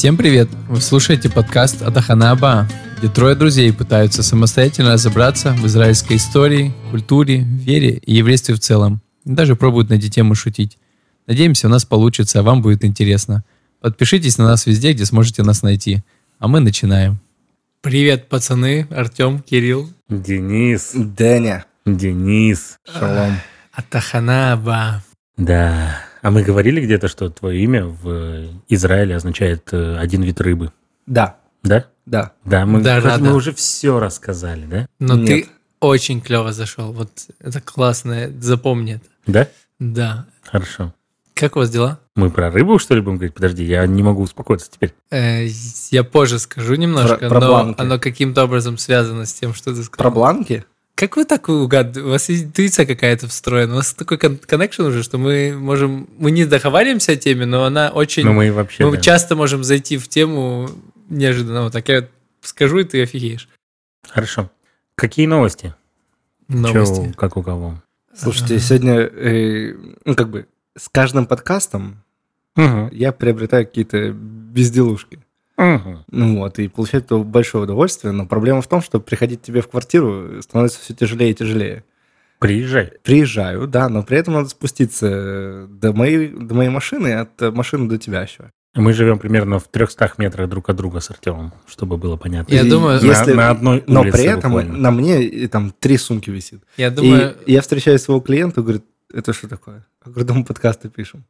Всем привет! Вы слушаете подкаст Атахана Аба, где трое друзей пытаются самостоятельно разобраться в израильской истории, культуре, вере и еврействе в целом. И даже пробуют на эти темы шутить. Надеемся, у нас получится, а вам будет интересно. Подпишитесь на нас везде, где сможете нас найти. А мы начинаем. Привет, пацаны. Артем, Кирилл. Денис. Деня. Денис. Шалом. Атахана Аба. Да. А мы говорили где-то, что твое имя в Израиле означает один вид рыбы. Да. Да? Да. Да, мы Да. уже все рассказали, да? Но Нет. ты очень клево зашел. Вот это классно. Запомни это. Да? Да. Хорошо. Как у вас дела? Мы про рыбу, что ли, будем говорить? Подожди, я не могу успокоиться теперь. Я позже скажу немножко, Про но бланки. оно каким-то образом связано с тем, что ты сказал. Про бланки? Как вы так угадываете? У вас есть интуиция какая-то встроена. У нас такой коннекшн уже, что мы не договариваемся о теме, но она очень... Но мы вообще... мы да. часто можем зайти в тему неожиданно. Вот так я скажу, и ты офигеешь. Хорошо. Какие новости? Новости. Чё, как у кого? Слушайте, сегодня, с каждым подкастом Угу. я приобретаю какие-то безделушки. И получаю это большое удовольствие, но проблема в том, что приходить тебе в квартиру становится все тяжелее и тяжелее. Приезжай. Приезжаю, да, но при этом надо спуститься до моей машины, от машины до тебя еще. Мы живем примерно в 300 метрах друг от друга с Артемом, чтобы было понятно. Я думаю, на одной Но улице при этом буквально. на мне там 3 сумки висит. Я думаю... И я встречаю своего клиента, говорит, это что такое? Я говорю, да мы подкасты пишем.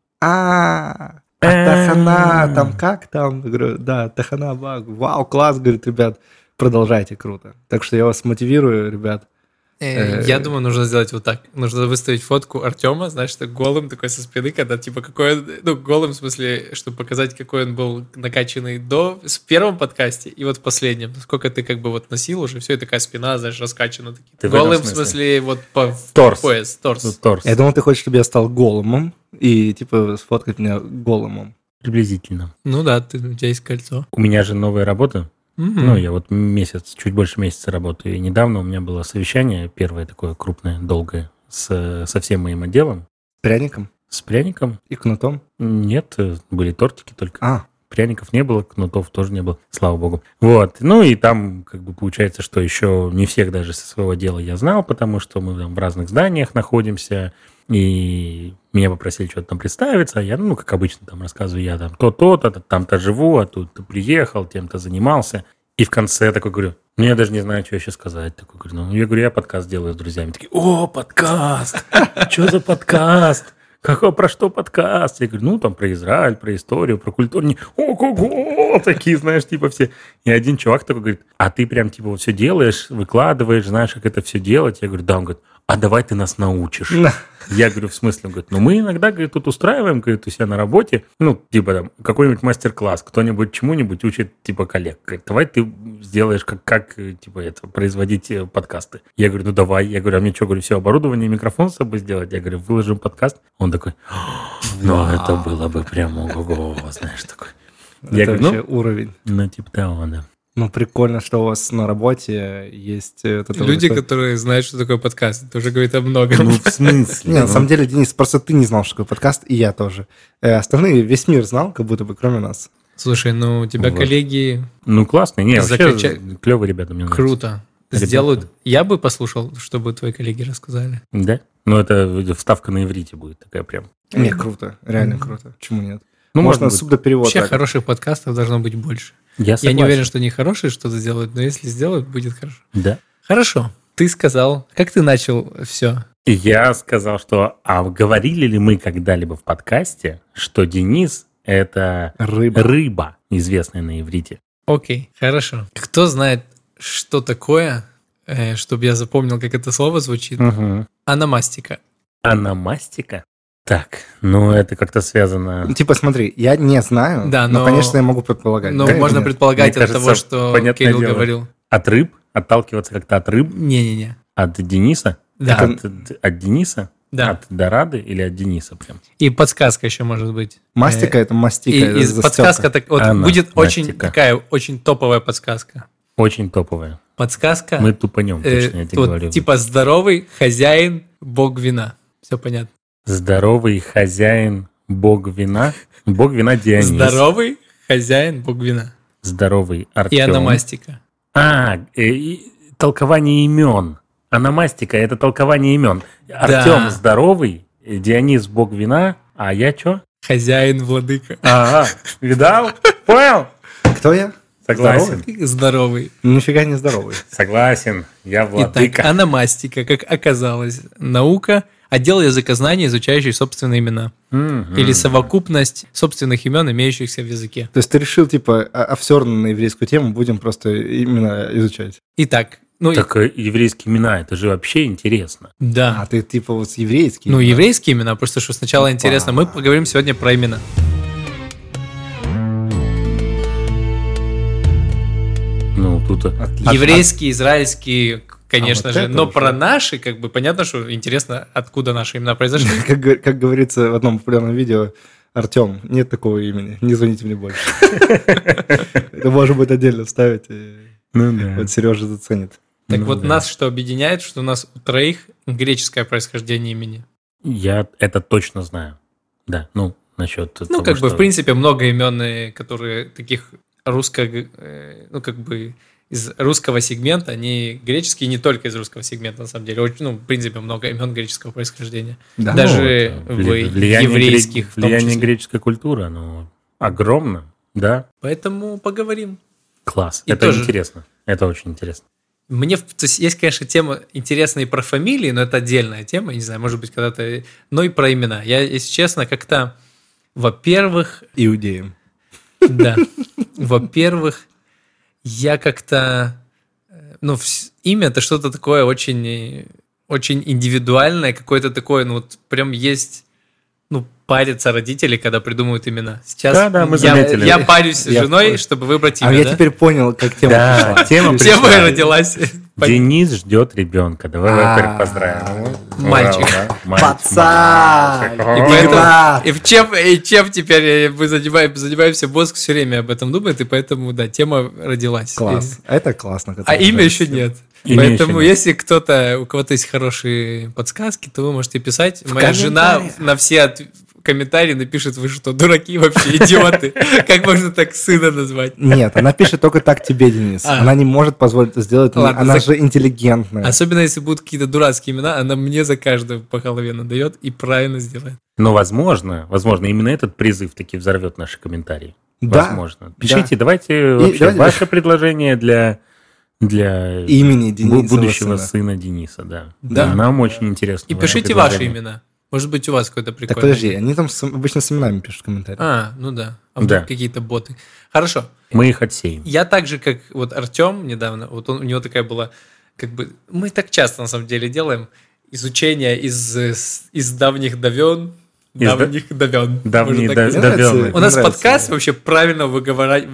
Тахана, там как там? Я говорю, да, Тахана Баг. Вау, класс, говорит, ребят, продолжайте, круто. Так что я вас мотивирую, ребят. Я думаю, нужно сделать вот так. Нужно выставить фотку Артема, знаешь, так голым такой со спины, когда типа какой он... Ну, голым в смысле, чтобы показать, какой он был накачанный в первом подкасте и вот в последнем. Сколько ты как бы вот носил уже, все, и такая спина, знаешь, раскачана. Такие. Ты в этом Голым в смысле? смысле вот по Торс. пояс, торс. Ну, торс. Я думал, ты хочешь, чтобы я стал голымом и типа сфоткать меня голымом. Приблизительно. Ну да, у тебя есть кольцо. У меня же новая работа. Мгм. Ну, я вот чуть больше месяца работаю. И недавно у меня было совещание, первое такое крупное, долгое, со всем моим отделом. Пряником С пряником. и кнутом. Нет, были тортики только. А, Пряников не было, кнутов тоже не было, слава богу. Вот. Ну, и там, как бы, получается, что еще не всех даже со своего дела я знал, потому что мы там в разных зданиях находимся, и меня попросили что-то там представиться, а я, ну, как обычно, там рассказываю, я там то-то, там-то живу, а тут приехал, тем-то занимался. И в конце такой говорю, ну, я даже не знаю, что еще сказать. Такой говорю, я говорю, я подкаст делаю с друзьями. Такие, о, подкаст! Что за подкаст? Про что подкаст? Я говорю, ну, там про Израиль, про историю, про культуру. Ого-го! Такие, знаешь, типа все. И один чувак такой говорит, а ты прям, типа, вот все делаешь, выкладываешь, знаешь, как это все делать? Я говорю, да. Он говорит, а давай ты нас научишь. Я говорю, в смысле? Он говорит, ну, мы иногда, говорит, тут устраиваем, говорит, у себя на работе, ну, типа, там, какой-нибудь мастер-класс, кто-нибудь чему-нибудь учит, типа, коллег. Говорит, давай ты сделаешь, как типа, это, производить подкасты. Я говорю, ну, давай. Я говорю, а мне что, говорю, все оборудование, микрофон с собой сделать? Я говорю, выложим подкаст. Он такой, ну, это было бы прям ого-го, знаешь, такой. Я это говорю, вообще уровень. ну, типа того, да. Ну, прикольно, что у вас на работе есть... Люди, которые знают, что такое подкаст, это уже говорит о многом. Ну, в смысле? Не, на самом деле, Денис, просто ты не знал, что такое подкаст, и я тоже. Остальные весь мир знал, как будто бы, кроме нас. Слушай, ну у тебя Вот. коллеги Ну, классно. Не, вообще Закачай- клевые ребята, мне нравятся. круто Ребята. сделают. Я бы послушал, чтобы твои коллеги рассказали. Да? Ну, это вставка на иврите будет такая прям. Не, круто, реально круто. Почему нет? Ну, Можно может быть. субтоперевод. Вообще так. хороших подкастов должно быть больше. Я Я согласен. не уверен, что они хорошие что-то сделают, но если сделают, будет хорошо. Да. Хорошо. Ты сказал, как ты начал все? И я сказал, что... А говорили ли мы когда-либо в подкасте, что Денис — это рыба, известная на иврите? Окей, хорошо. Кто знает, что такое, чтобы я запомнил, как это слово звучит? Угу. Аномастика. Аномастика? Так, ну это как-то связано... Типа, смотри, я не знаю, Да, но- конечно, я могу предполагать. Но Да или можно нет? предполагать Мне от того, кажется, что понятное Кирилл дело. говорил. От рыб? Отталкиваться как-то от рыб? Не-не-не. От Дениса? Да. От Дениса? Да. От Дорады или от Дениса прям? И подсказка еще может быть. Мастика — это мастика. И это застёлка. подсказка так, вот Она, будет очень мастика. такая очень топовая подсказка. Очень топовая. Подсказка. Мы тупанем, точно я тебе вот, говорю. типа здоровый хозяин, бог вина. Все понятно. Здоровый хозяин, бог вина. Бог вина Дионис. Здоровый Хозяин, бог вина. Здоровый Артем. И ономастика. Толкование имен. Ономастика — это толкование имен. Артем здоровый, Дионис бог вина, а я что? Хозяин, владыка. Ага, видал? Понял? Кто я? Согласен. Здоровый. Нифига не здоровый. Согласен, я владыка. Итак, ономастика, как оказалось, наука, отдел языкознания, изучающий собственные имена. Или совокупность собственных имен, имеющихся в языке. То есть ты решил, все равно на еврейскую тему будем просто именно изучать? Итак, Так еврейские имена, это же вообще интересно. Да. А ты вот с еврейскими? Еврейские имена, просто что сначала интересно. Мы поговорим сегодня про имена. Тут... Еврейские, израильские, конечно же, но уже. про наши, понятно, что интересно, откуда наши имена произошли. Как говорится в одном популярном видео, Артем, нет такого имени, не звоните мне больше. Это можно будет отдельно вставить, вот Сережа заценит. Так нас что объединяет, что у нас у троих греческое происхождение имени. Я это точно знаю. Да, насчет того, в принципе, много имен, которые таких из русского сегмента, они греческие, не только из русского сегмента, на самом деле. В принципе, много имен греческого происхождения. Да. Даже в еврейских в том влияние числе. греческой культуры, оно огромно, да. Поэтому поговорим. Класс, И это тоже- интересно, это очень интересно. То есть есть, конечно, тема интересная и про фамилии, но это отдельная тема, не знаю, может быть, когда-то, но и про имена. Я, если честно, как-то, во-первых, Иудеям. да, во-первых, я как-то, имя это что-то такое очень, очень индивидуальное, какое-то такое, прям есть, парятся родители, когда придумывают имена. Сейчас Да, мы заметили. я парюсь с Я женой, понял. чтобы выбрать имя. А я да? теперь понял, как тема Да, пришла. тема Тема пришла. родилась. Денис ждет ребенка. Давай, во-первых, поздравим. Мальчик. Ура, мальчик. Пацан! И Мальчик. поэтому, Игнат! и чем теперь мы занимаемся, мозг все время об этом думает, и поэтому, да, тема родилась. Класс. Это классно. А имя еще нет. Имя Поэтому, еще нет. если у кого-то есть хорошие подсказки, то вы можете писать. Моя жена комментариях. на все комментарии напишет: вы что, дураки вообще, идиоты? Как можно так сына назвать? Нет, она пишет только так тебе, Денис. А. Она не может позволить это сделать. Ладно, Она же интеллигентная. Особенно, если будут какие-то дурацкие имена, она мне за каждого по голове надает и правильно сделает. Но возможно, именно этот призыв таки взорвет наши комментарии. Да. Возможно. Пишите, давайте вообще давайте- ваше предложение для Имени Дениса. будущего сына Дениса, да. Да. Нам очень интересно. И ваше пишите ваши предложение. имена. Может быть, у вас какое-то Так прикольное. подожди, они там обычно с именами пишут комментарии. Ну да. А Да. вдруг какие-то боты. Хорошо. Мы их отсеем. Я так же, как Артем недавно, у него такая была, мы так часто на самом деле делаем изучение из давних давен. Давние Можно так сказать. давённые. У нас Нравится. подкаст вообще правильно выговаривание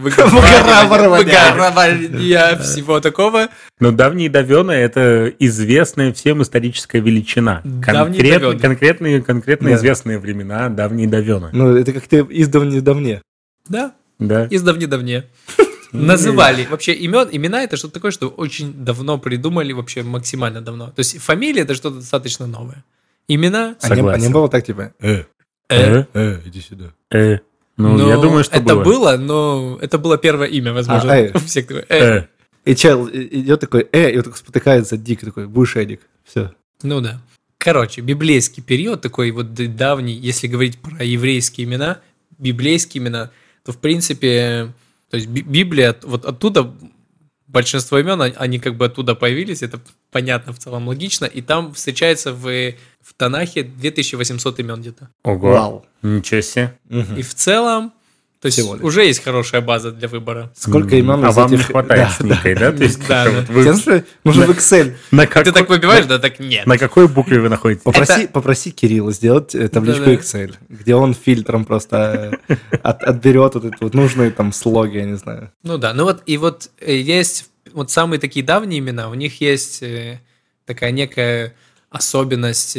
всего такого. Но давние давёны — это известная всем историческая величина. Давние давёны. Конкретно Да. известные времена давние давёны. Ну, это как ты издавне. Да, Да. из давне. Называли. Вообще имена это что-то такое, что очень давно придумали, вообще максимально давно. То есть фамилия это что-то достаточно новое. Имена... А не Согласен. было так, типа, иди сюда. Ну, я думаю, что это было. было, но это было первое имя, возможно. А, У всех такое, И чел идет такой, и вот так спотыкается Дик, такой, будешь Эдик. Все. Ну да. Короче, библейский период, такой вот давний, если говорить про еврейские имена, библейские имена, то в принципе, то есть Библия, вот оттуда большинство имен, они оттуда появились, это понятно, в целом логично, и там встречается в Танахе 2800 имен где-то. Ого. Вау. Ничего себе. И в целом, то есть Всего лишь. уже есть хорошая база для выбора. Сколько имен А из вам не этих- хватает Да, с Никой, да? То есть, Да, как да. вот вы- Тебе нужно- нужно в Excel. на Ты так какой- выбиваешь, да, так нет. На какой букве вы находитесь? Попроси Кирилла сделать табличку Да-да. Excel, где он фильтром просто отберет вот эти вот нужные там слоги, я не знаю. Ну да, есть вот самые такие давние имена, у них есть такая некая особенность,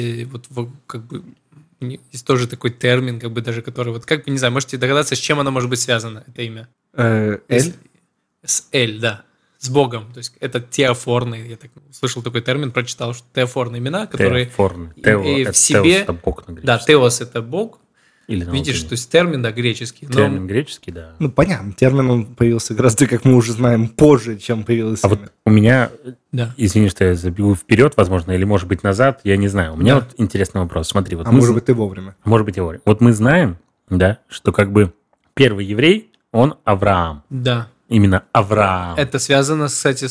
есть тоже такой термин, даже который, не знаю, можете догадаться, с чем оно может быть связано, это имя? Эль? С Эль, да, с Богом, то есть это теофорные, я так слышал такой термин, прочитал, что теофорные имена, которые Теофорный. и Тео, в это себе- теос, это бог на да, греческом. теос это Бог, Или на Видишь, латыни. то есть термин, да, греческий. но- Термин греческий, да. Ну, понятно, термин он появился гораздо, как мы уже знаем, позже, чем появилось А имя. вот у меня, Да. извини, что я забегу вперед, возможно, или, может быть, назад, я не знаю. У меня Да. вот интересный вопрос. Смотри, вот А мы может быть, ты вовремя. может быть, я говорю. Вот мы знаем, да, что как бы первый еврей, он Авраам. Да. Именно Авраам. Это связано, кстати,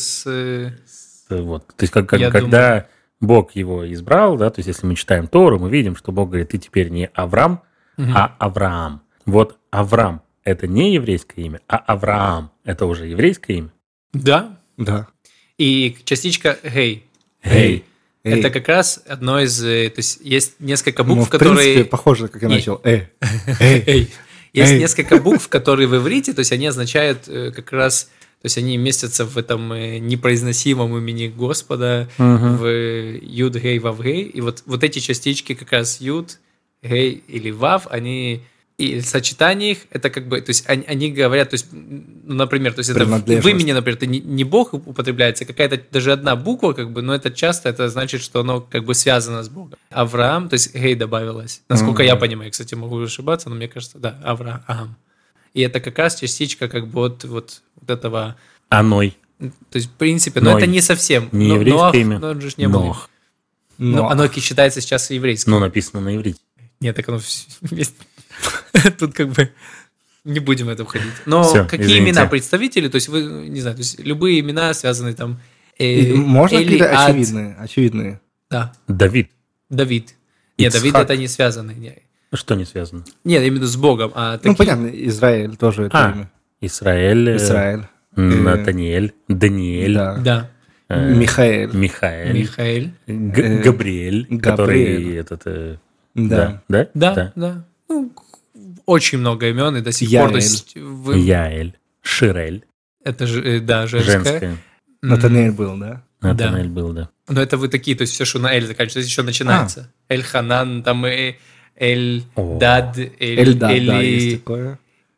Вот. То есть, Я когда Бог его избрал, да, то есть, если мы читаем Тору, мы видим, что Бог говорит, ты теперь не Авраам, а Авраам. Вот Авраам – это не еврейское имя, а Авраам – это уже еврейское имя. Да. Да. И частичка «гей». Эй. Это как раз одно из... То есть есть несколько Ну, букв, в принципе, которые... похоже, как я Не. начал. Эй. Эй. Есть Эй. несколько букв, которые в иврите, то есть они означают как раз... То есть они местятся в этом непроизносимом имени Господа, в Юд, Гей, Вав, Гей. И вот эти частички как раз Юд, Гей или Вав, они... И сочетание их, это как бы, то есть они говорят, то есть, ну, например, то есть это в имени, например, это не Бог употребляется, какая-то даже одна буква, как бы, но это часто, это значит, что оно как бы связано с Богом. Авраам, то есть Гей добавилось. Насколько я понимаю, кстати, могу ошибаться, но мне кажется, да, Авраам. И это как раз частичка как бы вот этого... Аной. То есть, в принципе, но Ной. это не совсем. Не Но- еврейское Ноах, имя. но он же не был. Нох. Но оно считается сейчас еврейским. Ну, написано на иврите. Нет, так оно вместе. Тут как бы не будем в это входить. Но Всё, какие извините. имена представители, то есть вы, не знаю, то есть любые имена связаны там... И можно какие-то Элиад, очевидные? Да, Давид. Давид. Нет, Давид Ицхак. это не связаны. Что не связано? Нет, именно с Богом. А Ну, такие- понятно, Израиль тоже это имя. Израиль. Израиль. Натаниэль. Даниэль. Да. Да, Михаэль. Михаэль. Михаил. Габриэль. Который этот... Да. Да? Да. Ну, очень много имен, и до сих пор... то есть Яэль. Ширель. Это же, да, женское. Женская. Натаниэль был, да? Натаниэль был, да. Но это вы такие, то есть все, что на Эль заканчивается, то есть еще начинается. Эль Ханан, там Эль О. Дад, Эльдад, да, есть такое.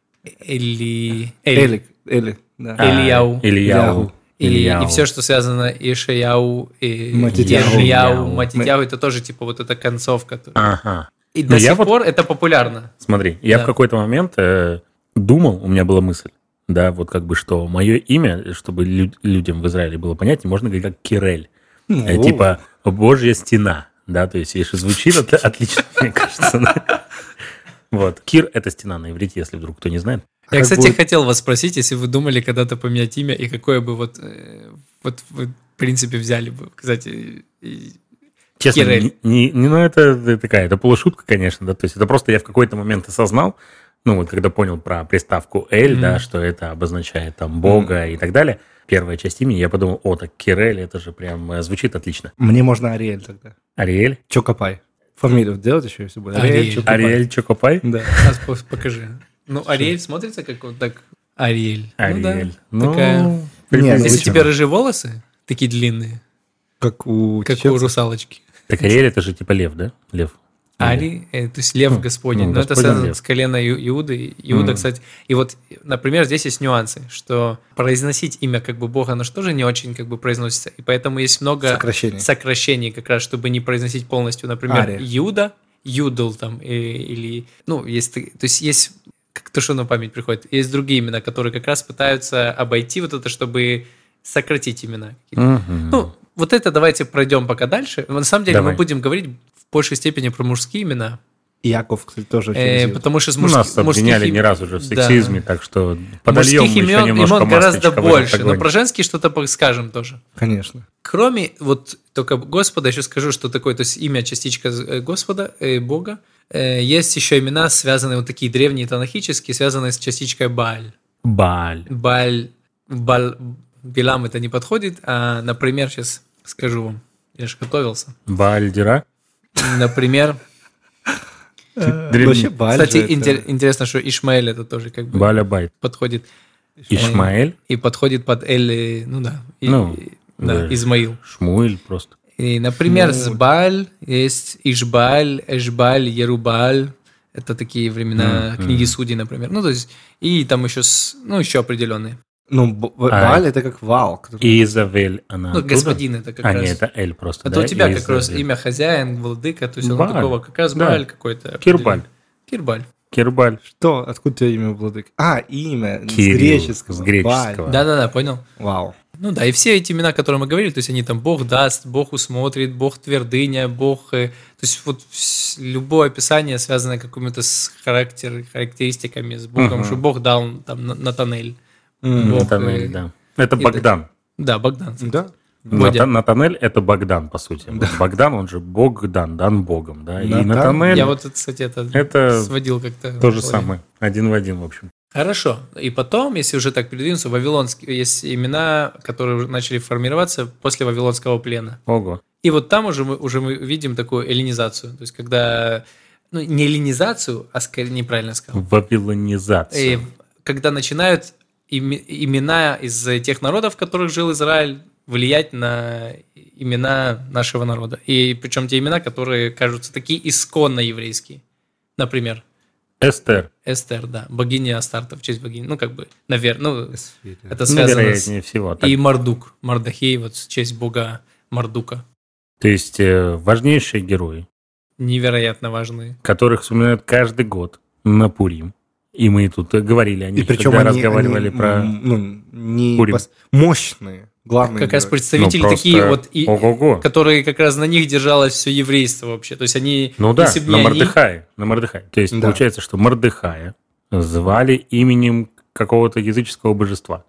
Эли, Эли, да. Ильяу. Ильяу. И все, что связано Ишаяу, и Матитьяу. Ильяу, Матитьяу, это тоже типа вот эта концовка. Ага. И Ну, до я сих вот- пор это популярно. Смотри, я Да. в какой-то момент думал, у меня была мысль, да, вот как бы, что мое имя, чтобы людям в Израиле было понятнее, можно говорить как Кирель. Ну, Типа Божья стена, да, то есть, если звучит отлично, мне кажется. да. Вот. Кир – это стена на иврите, если вдруг кто не знает. Я, как кстати, будет- хотел вас спросить, если вы думали когда-то поменять имя, и какое бы вот вы, в принципе, взяли бы, кстати, Честно, Кирель. ну, это такая, это полушутка, конечно, да, то есть это просто я в какой-то момент осознал, ну, вот когда понял про приставку «эль», да, что это обозначает там Бога и так далее, первая часть имени, я подумал, о, так Кирель, это же прям звучит отлично. Мне можно Ариэль тогда. Ариэль? Чокопай. Фамилию делать еще, если будет? Ариэль. Чокопай. Ариэль Чокопай? Да. покажи. Ну, Ариэль смотрится как вот так. Ариэль. Ариэль. Ну, да, такая. Не, приблизительно. Если ну, тебе рыжие волосы, такие длинные, Как у как у чеченцев. русалочки. Так Ариэль это же типа лев, да? Лев. Ари, то есть лев Господень. ну, Но это Господень связано лев. с колена Иуды. Иуда, кстати. И вот, например, здесь есть нюансы, что произносить имя как бы Бога, оно же тоже не очень как бы произносится. И поэтому есть много сокращений как раз, чтобы не произносить полностью. Например, Ари. Иуда, Юдл там, или... Ну, есть... То есть есть... Как то, что на память приходит. Есть другие имена, которые как раз пытаются обойти вот это, чтобы сократить имена. Мгм. Ну, вот это давайте пройдем пока дальше. На самом деле Давай. мы будем говорить в большей степени про мужские имена, Яков, кстати, тоже очень известный. потому что с Ну, нас обвиняли им- не раз уже в да. сексизме, так что подольем мужских еще имен немножко гораздо маслечка в больше, этот но огонь. про женские что-то скажем тоже. Конечно. Кроме вот только Господа, еще скажу, что такое, то есть имя частичка Господа, Бога. Есть еще имена, связанные вот такие древние танахические, связанные с частичкой Бааль. Баль. Билам это не подходит, а, например, сейчас скажу вам, я же готовился. Бальдира. Например, Вообще Баль кстати, же это- интересно, что Ишмаэль это тоже как бы Баля Байт. подходит. Ишмаэль. И подходит под Эль, ну да, Ну, да, да. Измаил. Шмуэль просто. И, например, Ну, с Бааль есть Ишбааль, Эшбааль, Ерубааль. Это такие времена книги Судей, например. Ну, то есть, и там еще, еще определенные. Ну, Баль это как вал. который- Изавель, она Ну, оттуда? господин это как раз. нет, это Эль просто, Это да? у тебя как раз Изавель. имя хозяин, владыка, то есть оно Бааль. такого, как раз Да. Бааль какой-то. Кирбаль. Кирбаль. Кирбаль. Что? Откуда у тебя имя владыка? Имя. Кирилл, с греческого. с греческого. Да, понял. Вау. Ну да, и все эти имена, которые мы говорили, то есть они там Бог даст, Бог усмотрит, Бог твердыня, Бог... То есть вот любое описание, связанное какими-то с характеристиками, с Богом, что Бог дал там Натанель. Натанель, да. Это Богдан. Да, Богдан. Да. Натанель – это Богдан, по сути. Да. Богдан, он же Богдан, дан Богом. Да? И Натанель... Я вот, кстати, это сводил как-то. То же самое. Один в один, в общем. Хорошо. И потом, если уже так передвинуться, вавилонские есть имена, которые начали формироваться после Вавилонского плена. Ого. И вот там уже мы видим такую эллинизацию. То есть, когда... Ну, не эллинизацию, а скорее неправильно сказал. Вавилонизацию. Когда начинают имена из тех народов, в которых жил Израиль, влиять на имена нашего народа. И причем те имена, которые кажутся такие исконно еврейские. Например... Эстер, да. Богиня Астарта, в честь богини. Ну, как бы, наверное, это связано всего, и Мардук. Мардахей, вот в честь бога Мардука. То есть важнейшие герои. Невероятно важные. Которых вспоминают каждый год на Пурим. И мы тут говорили о них, и причем когда разговаривали про Пурим. Мощные. Главные как раз герои. представители такие вот, которые как раз на них держалось все еврейство вообще. То есть они... Ну да, на Мордехае. То есть получается, что Мордехая звали именем какого-то языческого божества.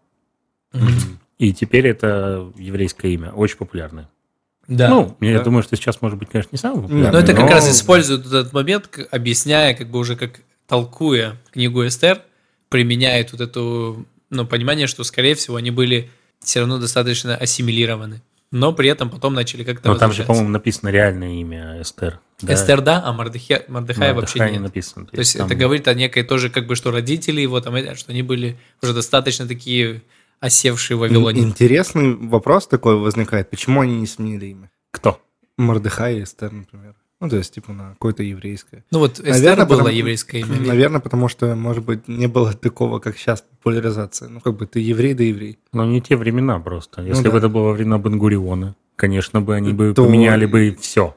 И теперь это еврейское имя, очень популярное. Да. Я думаю, что сейчас, может быть, конечно, не самое популярное. Но это как раз используют этот момент, объясняя, как бы уже как толкуя книгу Эстер, применяет вот это понимание, что, скорее всего, они были все равно достаточно ассимилированы. Но при этом потом начали как-то возвращаться. Там же, по-моему, написано реальное имя Эстер. Да? Эстер, да, а Мордехай вообще нет. Не написано. То есть это говорит о некой тоже, как бы, что родители его, там, что они были уже достаточно такие осевшие в Вавилоне. Интересный вопрос такой возникает. Почему они не сменили имя? Кто? Мордехай и Эстер, например. Ну, то есть, типа, на какое-то еврейское. Ну, вот Эстер было еврейское имя. Наверное, потому что, может быть, не было такого, как сейчас, популяризации. Ну, как бы ты еврей, да еврей. Но не те времена просто. Если бы это было во времена Бен-Гуриона, конечно бы они бы поменяли бы все.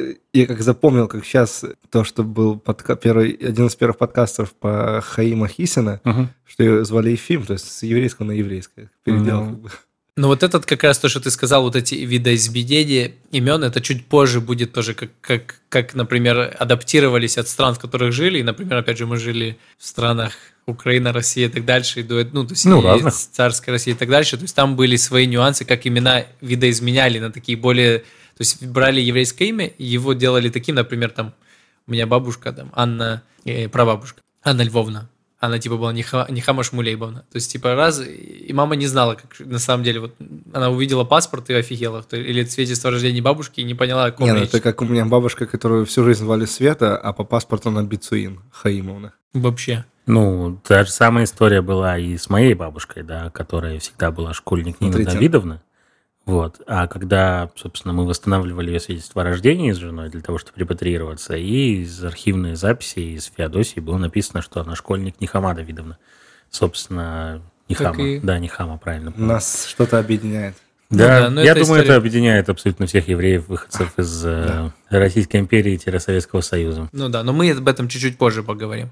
Я как запомнил, как сейчас то, что был один из первых подкастов по Хаима Хисина, что ее звали Ефим, то есть с еврейского на еврейское. Переделал как бы. Но вот этот как раз то, что ты сказал, вот эти видоизменения имен, это чуть позже будет тоже, как, например, адаптировались от стран, в которых жили. И, например, опять же, мы жили в странах Украина, Россия и так дальше, то есть царская Россия и так дальше. То есть там были свои нюансы, как имена видоизменяли на такие более... То есть брали еврейское имя, и его делали таким, например, там у меня бабушка, там, Анна, прабабушка, Анна Львовна. Она, типа, была Нехама Шмулейбовна. То есть, типа, и мама не знала, как на самом деле, вот она увидела паспорт и офигела. Или свидетельство о рождении бабушки и не поняла, о ком речь. Это как у меня бабушка, которую всю жизнь звали Света, а по паспорту она Бицуин Хаимовна. Вообще. Та же самая история была и с моей бабушкой, да, которая всегда была школьник Нина Давидовна. Вот. А когда, собственно, мы восстанавливали ее свидетельство о рождении с женой для того, чтобы репатриироваться, и из архивной записи из Феодосии было написано, что она школьник Нехама Давидовна. Собственно, Нехама. Да, Нехама, правильно. Нас что-то объединяет. Да, я думаю, это объединяет абсолютно всех евреев, выходцев из Российской империи-Советского Союза. Ну да, но мы об этом чуть-чуть позже поговорим.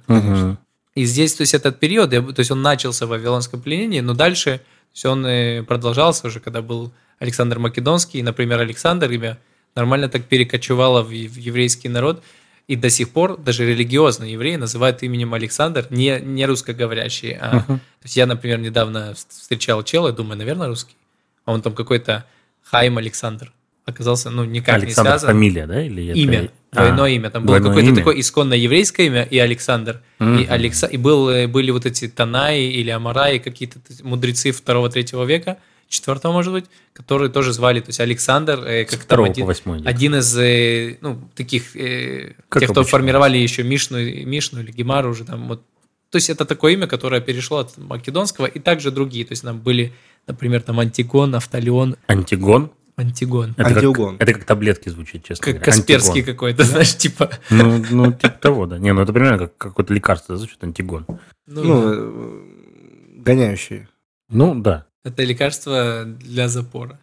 И здесь, то есть, этот период, то есть, он начался в Вавилонском пленении, но дальше он продолжался уже, когда был Александр Македонский, например, Александр, имя нормально так перекочевало в еврейский народ, и до сих пор даже религиозные евреи называют именем Александр не русскоговорящие. То есть я, например, недавно встречал чела, думаю, наверное, русский, а он там какой-то Хаим Александр. Оказался, никак Александр не связан. фамилия, да? Или имя, двойное имя. Там было какое-то такое исконно еврейское имя и Александр. И были вот эти Танаи или Амараи, какие-то мудрецы 2-3 века, 4, может быть, которые тоже звали, то есть Александр, как там один из таких, тех, кто формировали еще Мишну или Гемару уже там. Вот. То есть это такое имя, которое перешло от македонского, и также другие. То есть там были, например, там Антигон, Автолеон. Антигон? Антигон. Это как таблетки звучит, честно говоря. Как Касперский какой-то, знаешь, типа. Типа того, да. Это примерно как какое-то лекарство звучит, Антигон. Гоняющие. Да. Это лекарство для запора.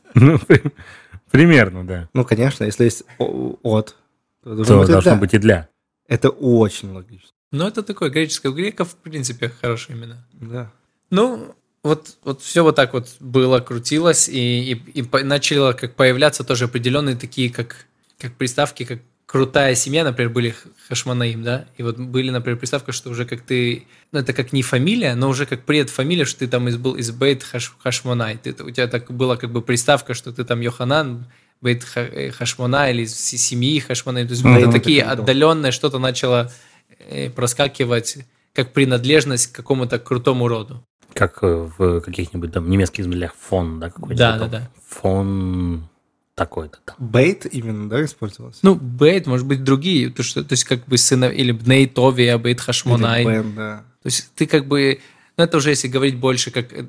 Примерно, да. Конечно, если есть от, то должно быть и для. Это очень логично. Ну, это такое греческое. У греков, в принципе, хорошие имена. Да. Ну, вот все вот так вот было, крутилось, и начало как появляться тоже определенные такие, как приставки, как крутая семья, например, были Хашмонаим, да, и вот были, например, приставка, что уже как ты, ну, это как не фамилия, но уже как предфамилия, что ты там был из Бейт Хашмонай, у тебя так была как бы приставка, что ты там Йоханан, Бейт Хашмонай или из семьи Хашмонай, то есть были такие отдаленные, что-то начало проскакивать, как принадлежность к какому-то крутому роду. Как в каких-нибудь там немецких землях фон, да, какой-то? Да. Фон такой-то там. Бейт именно, да, использовался? Ну, Бейт, может быть, другие, то есть как бы сына, или Бней Товия, Бейт Хашмонай. Или Бен, да. То есть ты как бы, ну, это уже если говорить больше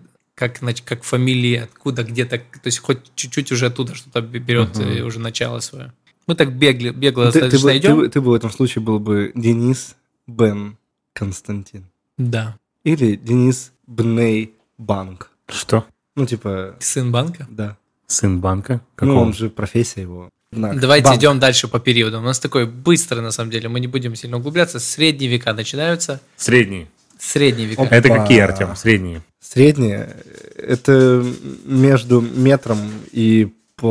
как фамилии, откуда, где-то, то есть хоть чуть-чуть уже оттуда что-то берет уже начало свое. Мы так бегло достаточно идем. Ты бы в этом случае был бы Денис Бен Константин. Да. Или Денис Бней Банк. Что? Ну, типа... Сын банка? Да. Сын банка? Какого? Ну, он же профессия его. Давайте идем дальше по периоду. У нас такой быстрый, на самом деле, мы не будем сильно углубляться. Средние века начинаются. Средние века. Это какие, Артем? Средние? Средние – это между метром и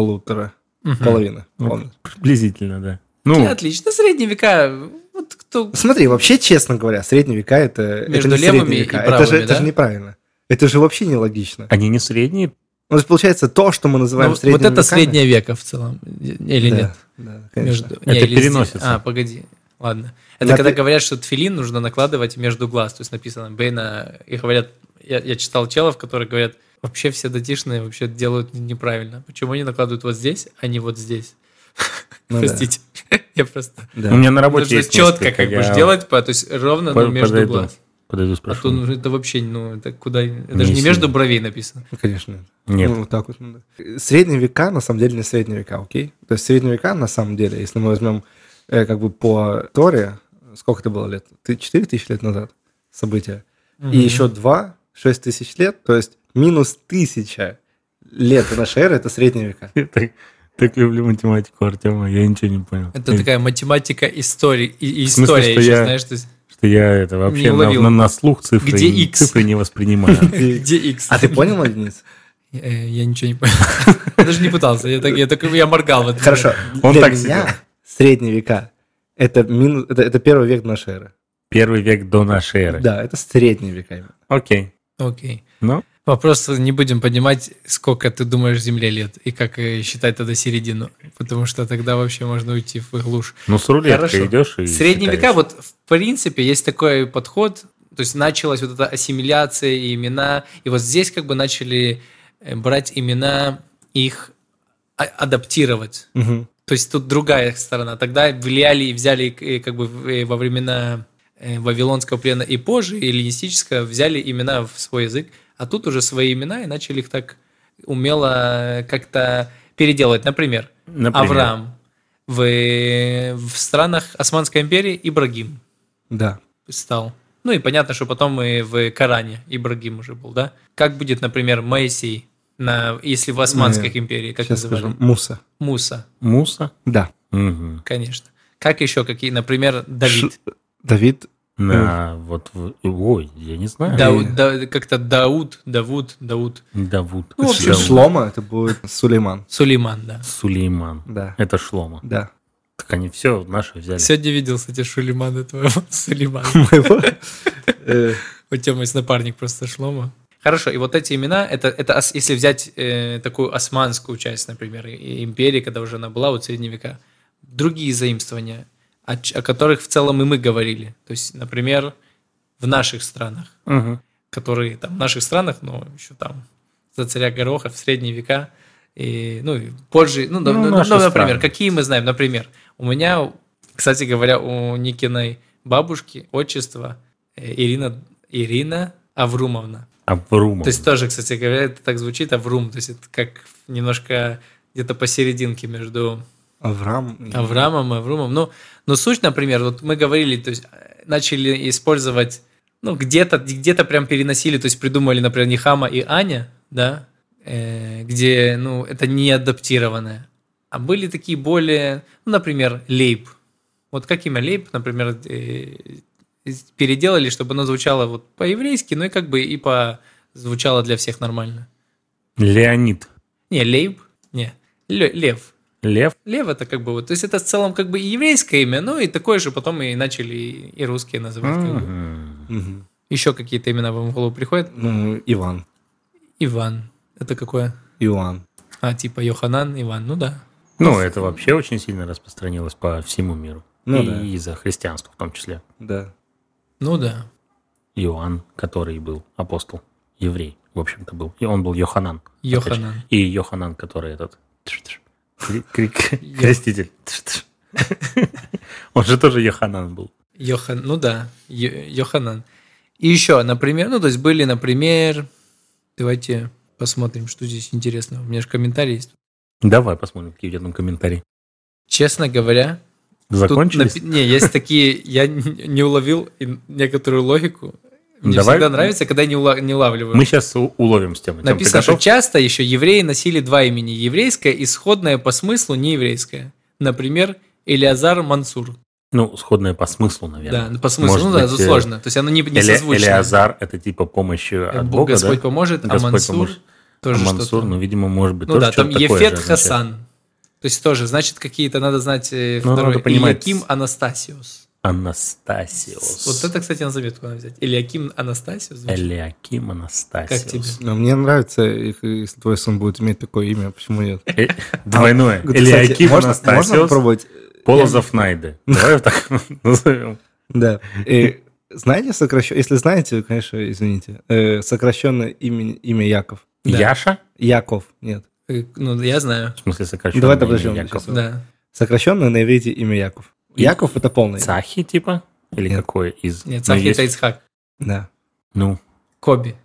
половина. Приблизительно, да. Ну, отлично, средние века. Вот кто... Смотри, вообще, честно говоря, средние века – это между это не левыми века. и правыми, это же неправильно. Это же вообще нелогично. Они не средние? Ну, то есть, получается, то, что мы называем средними веками... Вот это веками... среднее века в целом, или да, нет? Да, конечно. Это переносится. Погоди. Ладно. Это когда говорят, что тфилин нужно накладывать между глаз. То есть написано Бейна... И говорят... Я читал челов, которые говорят, вообще все датишные вообще делают неправильно. Почему они накладывают вот здесь, а не вот здесь? Простите. Я просто... У меня на работе есть четко как бы делать, то есть ровно между глаз. Подойду, спрошу. А то это вообще, это куда... Это же не между бровей написано. Конечно. Нет. Вот так вот. Средние века, на самом деле, не средние века, окей? То есть средние века, на самом деле, если мы возьмем как бы по Торе, сколько это было лет? 4000 лет назад события. И еще 6 тысяч лет, то есть минус 1000 лет до нашей эры – это средние века. Так люблю математику, Артема, я ничего не понял. Это такая математика истории, история еще, знаешь, то есть... Что я это вообще на слух цифры не воспринимаю. Где X? А ты понял, Денис? Я ничего не понял. Я даже не пытался, я моргал. Хорошо. Для меня средние века – это первый век нашей эры. Первый век до нашей эры. Да, это средние века. Окей. Ну? Вопрос не будем поднимать, сколько ты думаешь Земле лет, и как считать тогда середину, потому что тогда вообще можно уйти в глушь. Ну, с рулеткой идешь и средние века, вот в принципе есть такой подход, то есть началась вот эта ассимиляция и имена, и вот здесь как бы начали брать имена, их адаптировать. То есть тут другая сторона. Тогда влияли и взяли как бы во времена вавилонского плена и позже, эллинистического, взяли имена в свой язык, а тут уже свои имена и начали их так умело как-то переделывать. Например? Авраам. В странах Османской империи Ибрагим. Да. Стал. Ну и понятно, что потом и в Коране Ибрагим уже был, да? Как будет, например, Моисей, если в Османской империи, как называли? Муса. Муса? Да. Угу. Конечно. Как еще какие? Например, Давид. Давид. Ой, я не знаю. Как-то Давуд. Ну, в общем, Шлома это будет Сулейман. Да. Сулейман. Да. Это Шлома. Да. Так они все наши взяли. Сегодня видел, кстати, Шулеймана твоего. Сулеймана. У тебя мой напарник просто Шлома. Хорошо, и вот эти имена, это если взять такую османскую часть, например, империи, когда уже она была, вот средние века, другие заимствования, о которых в целом и мы говорили. То есть, например, в наших странах, которые там в наших странах, но еще там за царя Гороха в средние века, и позже, например, какие мы знаем, например, у меня, кстати говоря, у Никиной бабушки отчество Ирина Аврумовна. То есть тоже, кстати говоря, это так звучит, Аврум, то есть это как немножко где-то посерединке между Авраамом и Аврумом. Но суть, например, вот мы говорили, то есть начали использовать, где-то прям переносили, то есть придумали, например, Нехама и Аня, да, где, это не адаптированное. А были такие более, например, Лейб. Вот как имя Лейб, например, переделали, чтобы оно звучало вот по-еврейски, ну и как бы и звучало для всех нормально. Леонид. Не, Лейб, не, Лев. Лев? Лев это как бы вот, то есть это в целом как бы и еврейское имя, ну и такое же потом и начали и русские называть. Как бы. Еще какие-то имена вам в голову приходят? Ну, Иван. Иван. Это какое? Иоанн. Типа Йоханан, Иван, ну да. Ну, это вообще очень сильно распространилось по всему миру. Ну и да. из-за христианства в том числе. Да. Ну да. Иоанн, который был апостол, еврей, в общем-то, был. И он был Йоханан. Йоханан. И Йоханан, который этот... Креститель. Он же тоже Йоханан был. Ну да, Йоханан. И еще, например, ну то есть были, например, давайте посмотрим, что здесь интересного. У меня же комментарии есть. Давай посмотрим, какие у тебя там комментарии. Честно говоря, Закончились? не, есть такие, я не уловил некоторую логику. Мне Давай. всегда нравится, когда не улавливаю. Мы сейчас уловим с темы. Написано, что часто еще евреи носили два имени. Еврейское и сходное по смыслу нееврейское. Например, Элиазар Мансур. Ну, сходное по смыслу, наверное. Да, по смыслу, ну да, это сложно. То есть оно не созвучно. Элиазар – это типа помощь от Бога, Господь да? поможет, Господь а Мансур поможет. тоже Мансур, что-то. ну, видимо, может быть, Ну тоже да, там что-то такое Ефет же Хасан. То есть тоже, значит, какие-то, надо знать второй. надо понимать. Илиаким Анастасиус. Анастасиус. Вот это, кстати, на заметку надо взять. Илиаким Анастасиус. звучит. Элиаким Анастасиус. Как тебе? Но мне нравится, если твой сын будет иметь такое имя, почему нет? Двойное. Кстати, Элиаким можно Анастасиус. попробовать? Полозов Найде. Давай вот так назовем. Да. Знаете сокращенно, если знаете, конечно, извините, сокращенное имя Яков? Да. Яша? Яков, нет. Ну, я знаю. В смысле сокращенное Давай имя подождем Яков? сейчас. Да. Сокращенное на иврите имя Яков. Яков — это полное имя. Цахи, типа? Или Нет. какое из? Нет, Ну, Цахи есть- это Ицхак. Да. Ну, Коби.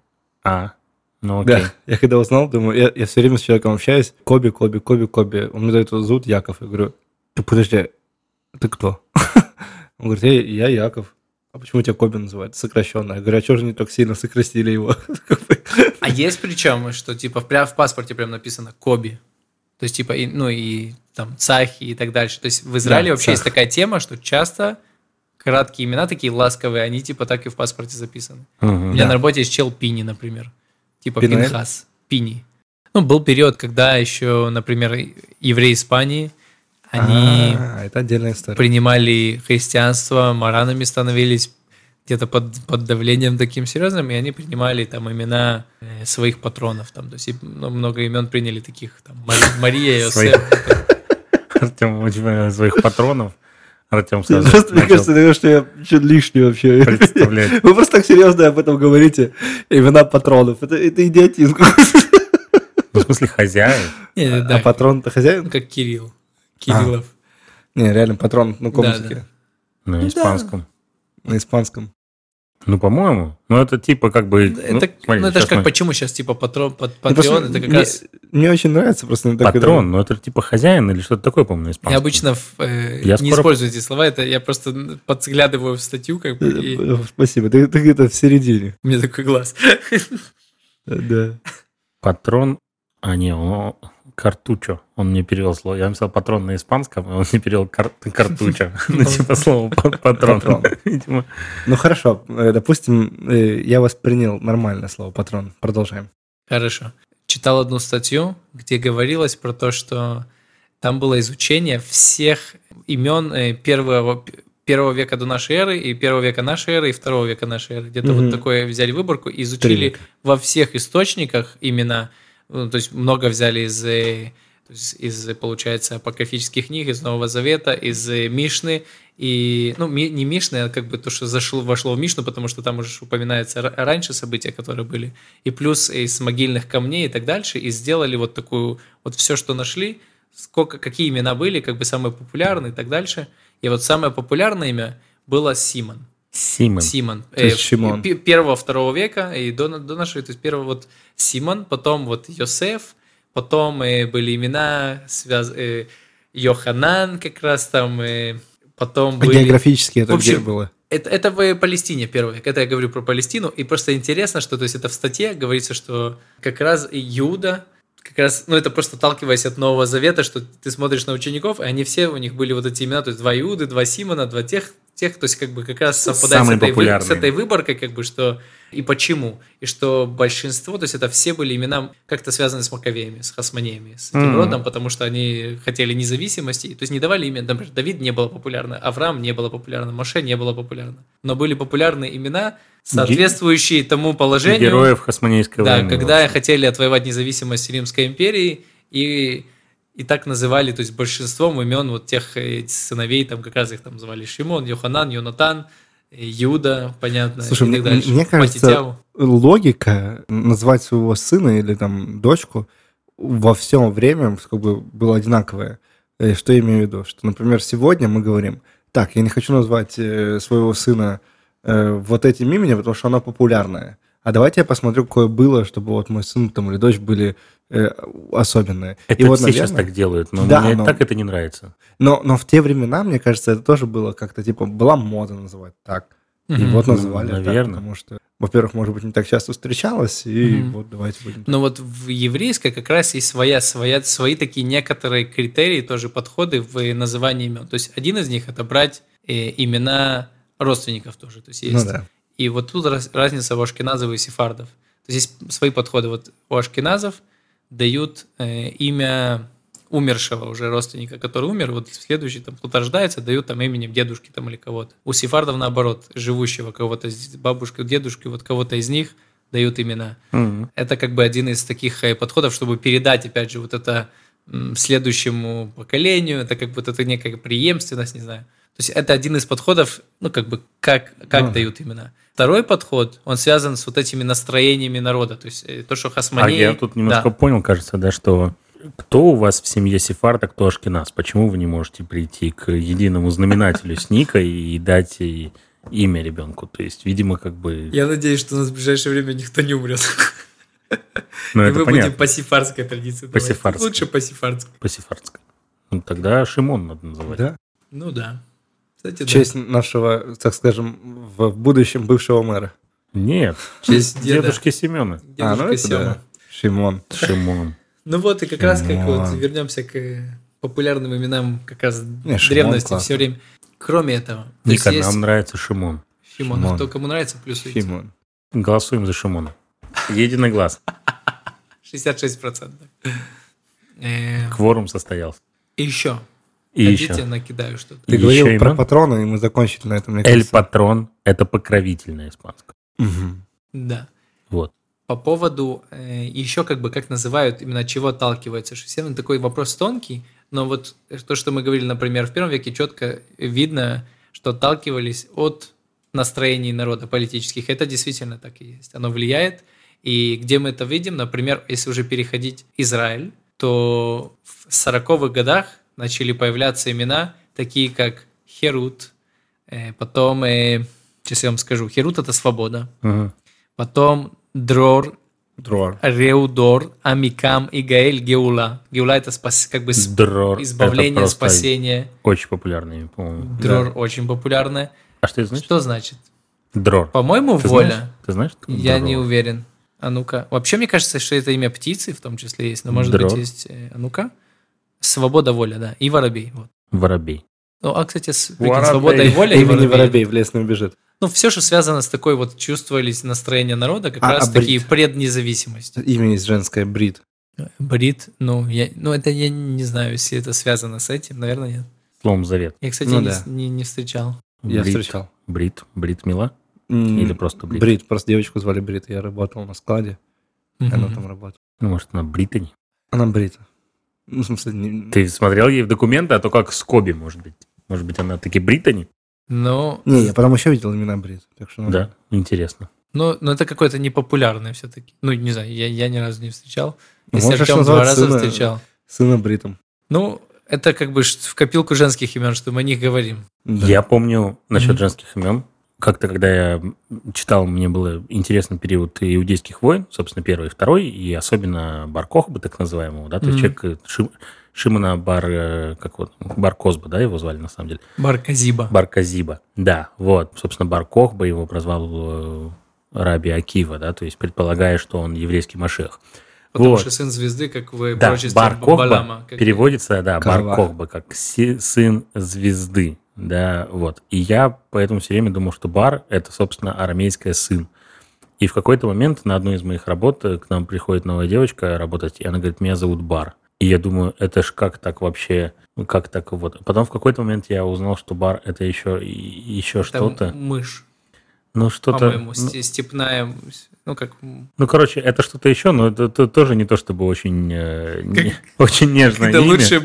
ну окей. Да. Я когда узнал, думаю, я все время с человеком общаюсь. Коби. Он мне дает, зовут Яков. Я говорю, ты подожди, ты кто? Он говорит, я Яков. А почему тебя Коби называют? Сокращенно. Я говорю, а что же не так сильно сократили его? А есть причем, что типа в паспорте прям написано Коби. То есть типа, и там Цахи и так дальше. То есть в Израиле Да, вообще Цах. есть такая тема, что часто краткие имена такие ласковые, они типа так и в паспорте записаны. У Мгм. меня Да. на работе есть чел Пини, например. Типа Пинель? Пинхас. Пини. Ну, был период, когда еще, например, евреи Испании, они Это отдельная история. принимали христианство, маранами становились где-то под давлением таким серьезным, и они принимали там имена своих патронов. Там, то есть много имен приняли таких, там, Мария, Своих. Иосиф. Артем очень понравилось своих патронов. Артем сразу Просто мне кажется, начал что я что-то лишнее вообще. представлять. Вы просто так серьезно об этом говорите. Имена патронов. Это идиотизм. Ну, в смысле, хозяин. Не, А да, патрон-то хозяин? как Кирилл. Кириллов. Не, реально патрон на каком Да, языке? На испанском. На испанском. Ну, по-моему. Ну, это типа как бы... Это, смотри, это же щас как мы- почему сейчас типа патрон, Ну, патреон, просто это как раз... Мне очень нравится просто. так Патрон, ну это же типа хозяин или что-то такое, по-моему, на испанском. Я обычно Я не скоро- использую эти слова, это я просто подглядываю в статью, как бы, и Спасибо. Ты где-то в середине. у меня такой глаз. Да. Патрон... он картучо. Он мне перевел слово. Я написал патрон на испанском, а он мне перевел картучо. Ну, типа слово патрон. Патрон. Видимо. Ну хорошо, допустим, я воспринял нормальное слово патрон. Продолжаем. Хорошо. Читал одну статью, где говорилось про то, что там было изучение всех имен первого века до нашей эры, и первого века нашей эры, и второго века нашей эры. Где-то Мгм. вот такое взяли выборку, и 3 изучили века. во всех источниках имена. Ну, то есть много взяли из, получается, апокрифических книг, из Нового Завета, из Мишны, и, ну, не Мишны, а как бы то, что вошло в Мишну, потому что там уже упоминается раньше события, которые были, и плюс из могильных камней и так дальше, и сделали вот такую, вот все, что нашли, какие имена были, как бы самые популярные и так дальше, и вот самое популярное имя было Симон. Симон. Симон. То есть Шимон. Первого-второго века и до нашей, то есть первого вот Симон, потом вот Йосеф, потом были имена Йоханан как раз там, потом А были... географически это В общем, где было? Это в Палестине первый век, это я говорю про Палестину, и просто интересно, что то есть это в статье говорится, что как раз Иуда как раз, ну, это просто отталкиваясь от Нового Завета, что ты смотришь на учеников, и они все, у них были вот эти имена, то есть 2 Иуды, 2 Симона, 2 тех, то есть как бы как раз совпадает с этой выборкой, как бы, что и почему, и что большинство, то есть это все были имена как-то связаны с Маковеями, с Хасмонеями, с этим родом, потому что они хотели независимости, то есть не давали имя, например, Давид не было популярно, Авраам не было популярно, Моше не было популярно, но были популярны имена, соответствующие тому положению. Героев Хасмонейской войны. Да, когда хотели отвоевать независимость Римской империи, и так называли, то есть большинством имен вот тех сыновей, там как раз их там звали Шимон, Йоханан, Йонатан, Иуда, понятно, Слушай, и так дальше. мне кажется, логика назвать своего сына или там дочку во все время как бы была одинаковая. Что я имею в виду? Что, например, сегодня мы говорим, так, я не хочу назвать своего сына вот этим именем, потому что оно популярное. А давайте я посмотрю, какое было, чтобы вот мой сын там или дочь были особенные. Это и вот, все наверное, сейчас так делают, но да, мне так это не нравится. Но в те времена, мне кажется, это тоже было как-то, типа, была мода называть так. И вот называли так, потому что, во-первых, может быть, не так часто встречалось, и вот давайте будем... Но вот в еврейской как раз есть свои такие некоторые критерии, тоже подходы в назывании имен. То есть один из них – это брать имена родственников тоже. То есть есть. Ну, да. И вот тут разница у ашкеназов и сефардов. То есть есть свои подходы. Вот у ашкеназов дают имя умершего уже родственника, который умер, вот следующий, там кто-то рождается, дают там именем дедушки там или кого-то. У сефардов наоборот, живущего кого-то, бабушки, дедушки, вот кого-то из них дают имена. Это как бы один из таких подходов, чтобы передать, опять же, вот это следующему поколению, это как бы вот это некая преемственность, не знаю. То есть это один из подходов, ну как бы как дают имена. Второй подход, он связан с вот этими настроениями народа, то есть то, что Хасмонеи... А я тут немножко понял, кажется, да, что кто у вас в семье сефард, а кто ашкеназ? Почему вы не можете прийти к единому знаменателю с никой и дать ей имя ребенку? То есть, видимо, как бы... Я надеюсь, что у нас в ближайшее время никто не умрет. Ну, и мы будем по сефардской традиции. По-сефардски. Лучше по сефардской. По-сефардской. Ну, тогда Шимон надо называть. Да? Ну да. Кстати, в честь нашего, так скажем, в будущем бывшего мэра. Нет, в честь дедушки Семена. Дедушка Сема. Шимон. Ну вот, и как раз как вот вернемся к популярным именам как раз древности все время. Кроме этого. Ника, нам нравится Шимон. Шимон. Кто кому нравится, плюсуйте. Шимон. Голосуем за Шимона. Единый глаз. 66%. Кворум состоялся. И еще. И Хотите, еще. накидаю что-то. Ты говорил про патрона, и мы закончили на этом. Эль-патрон – это покровительное испанское. Да. Вот. По поводу еще как бы как называют, именно от чего отталкиваются. Все равно такой вопрос тонкий, но вот то, что мы говорили, например, в первом веке четко видно, что отталкивались от настроений народа политических. Это действительно так и есть. Оно влияет. И где мы это видим, например, если уже переходить Израиль, то в 40-х годах начали появляться имена, такие как Херут, потом, сейчас я вам скажу, Херут – это свобода, потом Дрор, Реудор, Амикам и Гаэль, Геула. Геула – это как бы избавление, спасение. Очень популярное, по-моему. Дрор очень популярное. А что это значит? Что значит? Дрор. По-моему, Ты воля. Знаешь? Ты знаешь, что такое Я дрор? не уверен. А ну-ка. Вообще, мне кажется, что это имя птицы в том числе есть, но может Дрор. быть есть... А ну-ка. Свобода, воля, да. И воробей. Вот. Воробей. Ну, а, кстати, свобода и воля, и Имени воробей. воробей в лес не убежит. Ну, все, что связано с такой вот чувствовались настроения народа, как раз такие преднезависимости. Имя есть женское, Брит. Брит, это я не знаю, если это связано с этим, наверное, нет. Словом завет. Я, кстати, не встречал. Я встречал. Брит Мила? Или просто Брит? Брит, просто девочку звали Брит. Я работал на складе, она там работала. Ну, может, она Британи? Она Брита. Ну, в смысле... Ты смотрел ей в документы, а то как Скоби, может быть. Может быть, она таки Британи? Но... Не, я потом еще видел имена Брит. Так что, Да, интересно. Но это какое-то непопулярное все-таки. Ну, не знаю, я ни разу не встречал. Если можешь Артем 2 назвать раза сына- встречал. Сына Бритом. Ну, это как бы в копилку женских имен, что мы о них говорим. Да. Я помню насчет женских имен. Как-то, когда я читал, мне было интересный период иудейских войн, собственно, первый и второй, и особенно Бар-Кохба, так называемого, да, то есть человек Шимона Бар-Козба, да, его звали на самом деле. Бар-Казиба, да, вот, собственно, Бар-Кохба его прозвал Раби Акива, да, то есть предполагая, что он еврейский Машех. Потому Вот. что сын звезды, как в Да, пророчестве Бар Кохба Балама. переводится, да, Бар Кахва. Кохба, как сын звезды, да, вот. И я поэтому все время думал, что Бар – это, собственно, арамейское сын. И в какой-то момент на одной из моих работ к нам приходит новая девочка работать, и она говорит, меня зовут Бар. И я думаю, это ж как так вообще, как так вот. Потом в какой-то момент я узнал, что Бар – это еще что-то. Это мышь, Ну, что-то... по-моему, степная, ну, как... Ну, короче, это что-то еще, но это тоже не то, чтобы очень, очень нежное Это имя. лучше...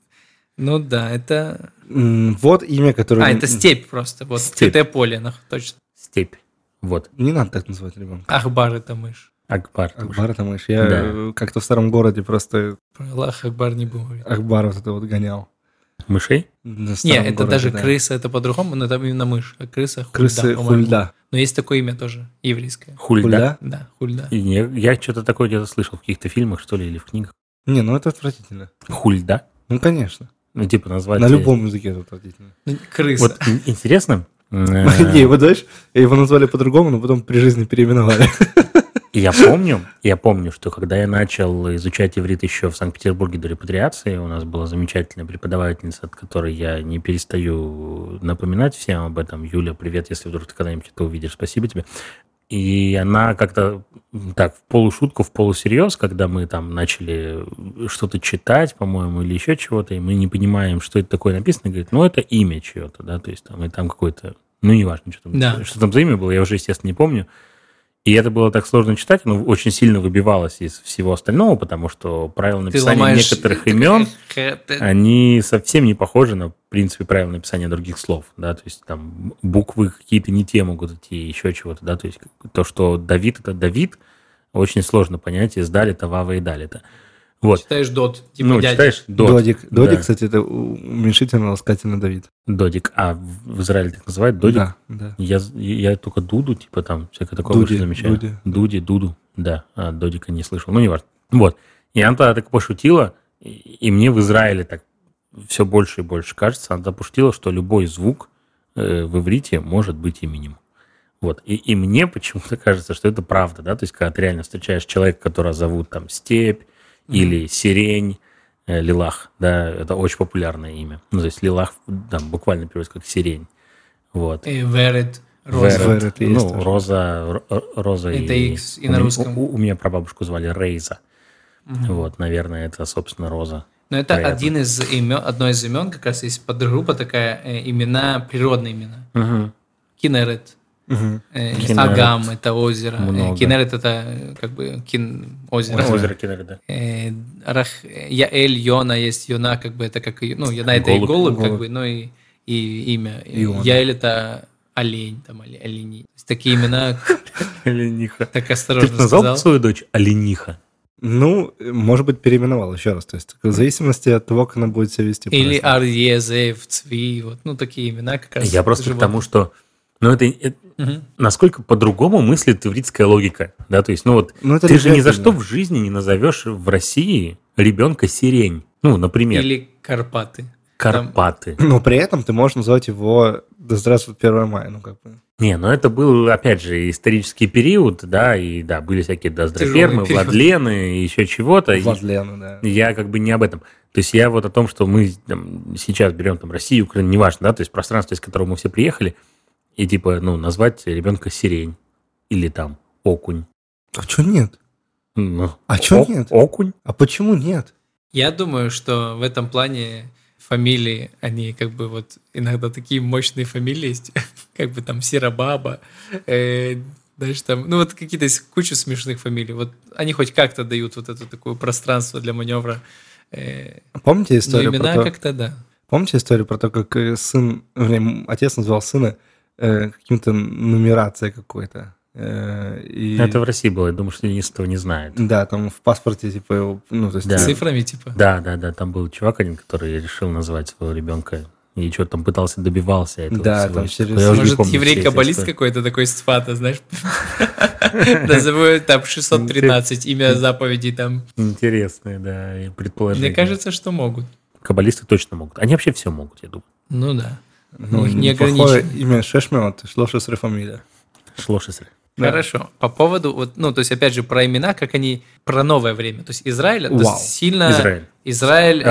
Ну да, это... Вот имя, которое... это степь просто. Вот Степь. это поле, точно. Степь. Вот. Не надо так называть ребенка. Ахбар это мышь. Акбар. Акбар это мышь. Я как-то в старом городе просто Про Аллах Акбар не будем говорить. Акбар вот это вот гонял. Мышей? В старом Не, это городе, даже да. крыса, это по-другому, но там именно мышь. А крыса хульда, Крысы по-моему. хульда. Но есть такое имя тоже, еврейское. Хульда? Хульда? Да, хульда. И я что-то такое где-то слышал в каких-то фильмах, что ли, или в книгах. Не, ну это отвратительно. Хульда? Ну, конечно. Ну, типа назвать... На любом языке это отвратительно. Ну, крыса. Вот интересно, Не, его, знаешь, его назвали по-другому, но потом при жизни переименовали. я помню, что когда я начал изучать иврит еще в Санкт-Петербурге до репатриации, у нас была замечательная преподавательница, от которой я не перестаю напоминать всем об этом. Юля, привет, если вдруг ты когда-нибудь это увидишь, спасибо тебе. И она как-то так в полушутку, в полусерьез, когда мы там начали что-то читать, по-моему, или еще чего-то, и мы не понимаем, что это такое написано, говорит, ну, это имя чье-то, да, то есть там, и там какое-то, ну, неважно, что там, Да. что там за имя было, я уже, естественно, не помню. И это было так сложно читать, оно очень сильно выбивалось из всего остального, потому что правила Ты написания ломаешь... некоторых имен, Ты- они совсем не похожи на, в принципе, правила написания других слов, да, то есть там буквы какие-то не те могут идти, еще чего-то, да, то есть то, что Давид – это Давид, очень сложно понять из Далита, Вава и Далита. Вот. Читаешь дот, типа Ну, дядя. читаешь Додик. Додик, Да. кстати, это уменьшительно-ласкательный Давид. Додик. А в Израиле так называют Додик? Да, да. Я только Дуду, типа там, всякое такое Дуди, больше замечаю. Дуди. Дуду, да. А Додика не слышал, ну, не важно. Вот. И она тогда так пошутила, и мне в Израиле так все больше и больше кажется, она пошутила, что любой звук в иврите может быть именем. Вот. И мне почему-то кажется, что это правда, да, то есть когда ты реально встречаешь человека, которого зовут там Степь или Сирень, Лилах, да, это очень популярное имя. Ну, то есть Лилах там буквально переводится как сирень. Вот. Верет, роза. Верет есть Ну, тоже. Роза Это и... X и на русском. У меня прабабушку звали Рейза. Вот, наверное, это, собственно, Роза. Но это Вероятно. одно из имен, как раз есть подгруппа такая, имена, природные имена. Угу. Кинерет. Мгм. Кинерет. Агам – это озеро. Много. Кинерет – это как бы озеро. Озеро Кинерет, да. Яэль, Йона, есть Йона, как бы это как, ну, Йона – это и Голубь. голубь, как Голубь. бы, ну и имя. Иона. Яэль – это олень, там, олени. То есть такие имена, Олениха. так Ты осторожно назвал сказал. свою дочь Олениха? Ну, может быть, переименовал еще раз. То есть в зависимости от того, как она будет себя вести. Или по-разному. Арье, Зев, Цви, вот, ну, такие имена как раз. Я просто к животных. тому, что... Ну, это Мгм. насколько по-другому мыслит ивритская логика, да, то есть, ну вот, Ну, это ты же ни за легенда. что в жизни не назовешь в России ребенка сирень, ну, например, Или Карпаты. Карпаты. Но при этом ты можешь назвать его «Да здравствует 1 мая». Ну, как бы. Не, ну это был, опять же, исторический период, да, и да, были всякие доздрофермы, Тяжелый период. Владлены, и еще чего-то. И Владлена, да. я как бы не об этом. То есть я вот о том, что мы там, сейчас берем там Россию, Украину, неважно, да, то есть пространство, из которого мы все приехали, и типа, ну, назвать ребенка сирень или там окунь. А что нет? Ну, А чё нет? Окунь? А почему нет? Я думаю, что в этом плане фамилии, они как бы вот иногда такие мощные фамилии есть, как бы там Серабаба, знаешь, там, ну вот какие-то есть куча смешных фамилий. Вот они хоть как-то дают вот это такое пространство для маневра. Помните Но историю имена про то, как-то, да. помните историю про то, как отец назвал сына каким-то нумерацией какой-то? И... Это в России было, я думаю, что Денис этого не знает. Да, там в паспорте, типа, его, ну, то есть... Да. Цифрами типа. Да, там был чувак один, который решил назвать своего ребенка, и что-то там пытался, добивался этого Да, всего. там Что-то через- я уже не Может, помню все эти еврей-каббалист истории. какой-то такой с фата, знаешь? Назову там 613, имя заповедей там. Интересные, да, и предположения. Мне кажется, что могут. Каббалисты точно могут. Они вообще все могут, я думаю. Ну да. Ну, Не неплохое ограничено. имя Шешмет, Шлошесре фамилия. Шлошесры. Хорошо. По поводу, вот, ну, то есть, опять же, про имена, как они, про новое время. То есть, Израиль, то есть, сильно... Израиль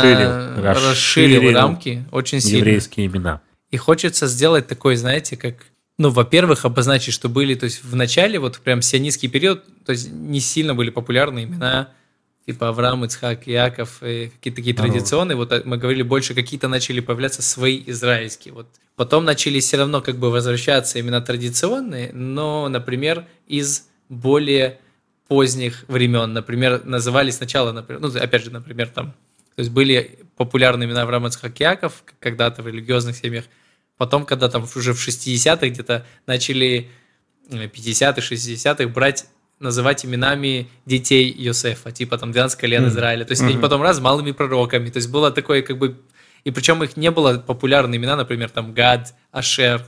расширил рамки очень сильно. Еврейские имена. И хочется сделать такой, знаете, как... Ну, во-первых, обозначить, что были, то есть, в начале, вот прям сионистский период, то есть, не сильно были популярны имена, типа Авраам, Ицхак, Иаков, какие-то такие традиционные. Вот мы говорили, больше какие-то начали появляться свои израильские. Вот. Потом начали все равно как бы возвращаться именно традиционные, но, например, из более поздних времен. Например, назывались сначала, например, ну, опять же, например, там, то есть были популярны имена Авраам, Ицхак, Иаков когда-то в религиозных семьях. Потом, когда там уже в 60-х где-то начали 50-х, 60-х называть именами детей Йосефа, типа там 12 колен Израиля. То есть они потом раз малыми пророками. То есть было такое как бы... И причем их не было популярные имена, например, там Гад, Ашер,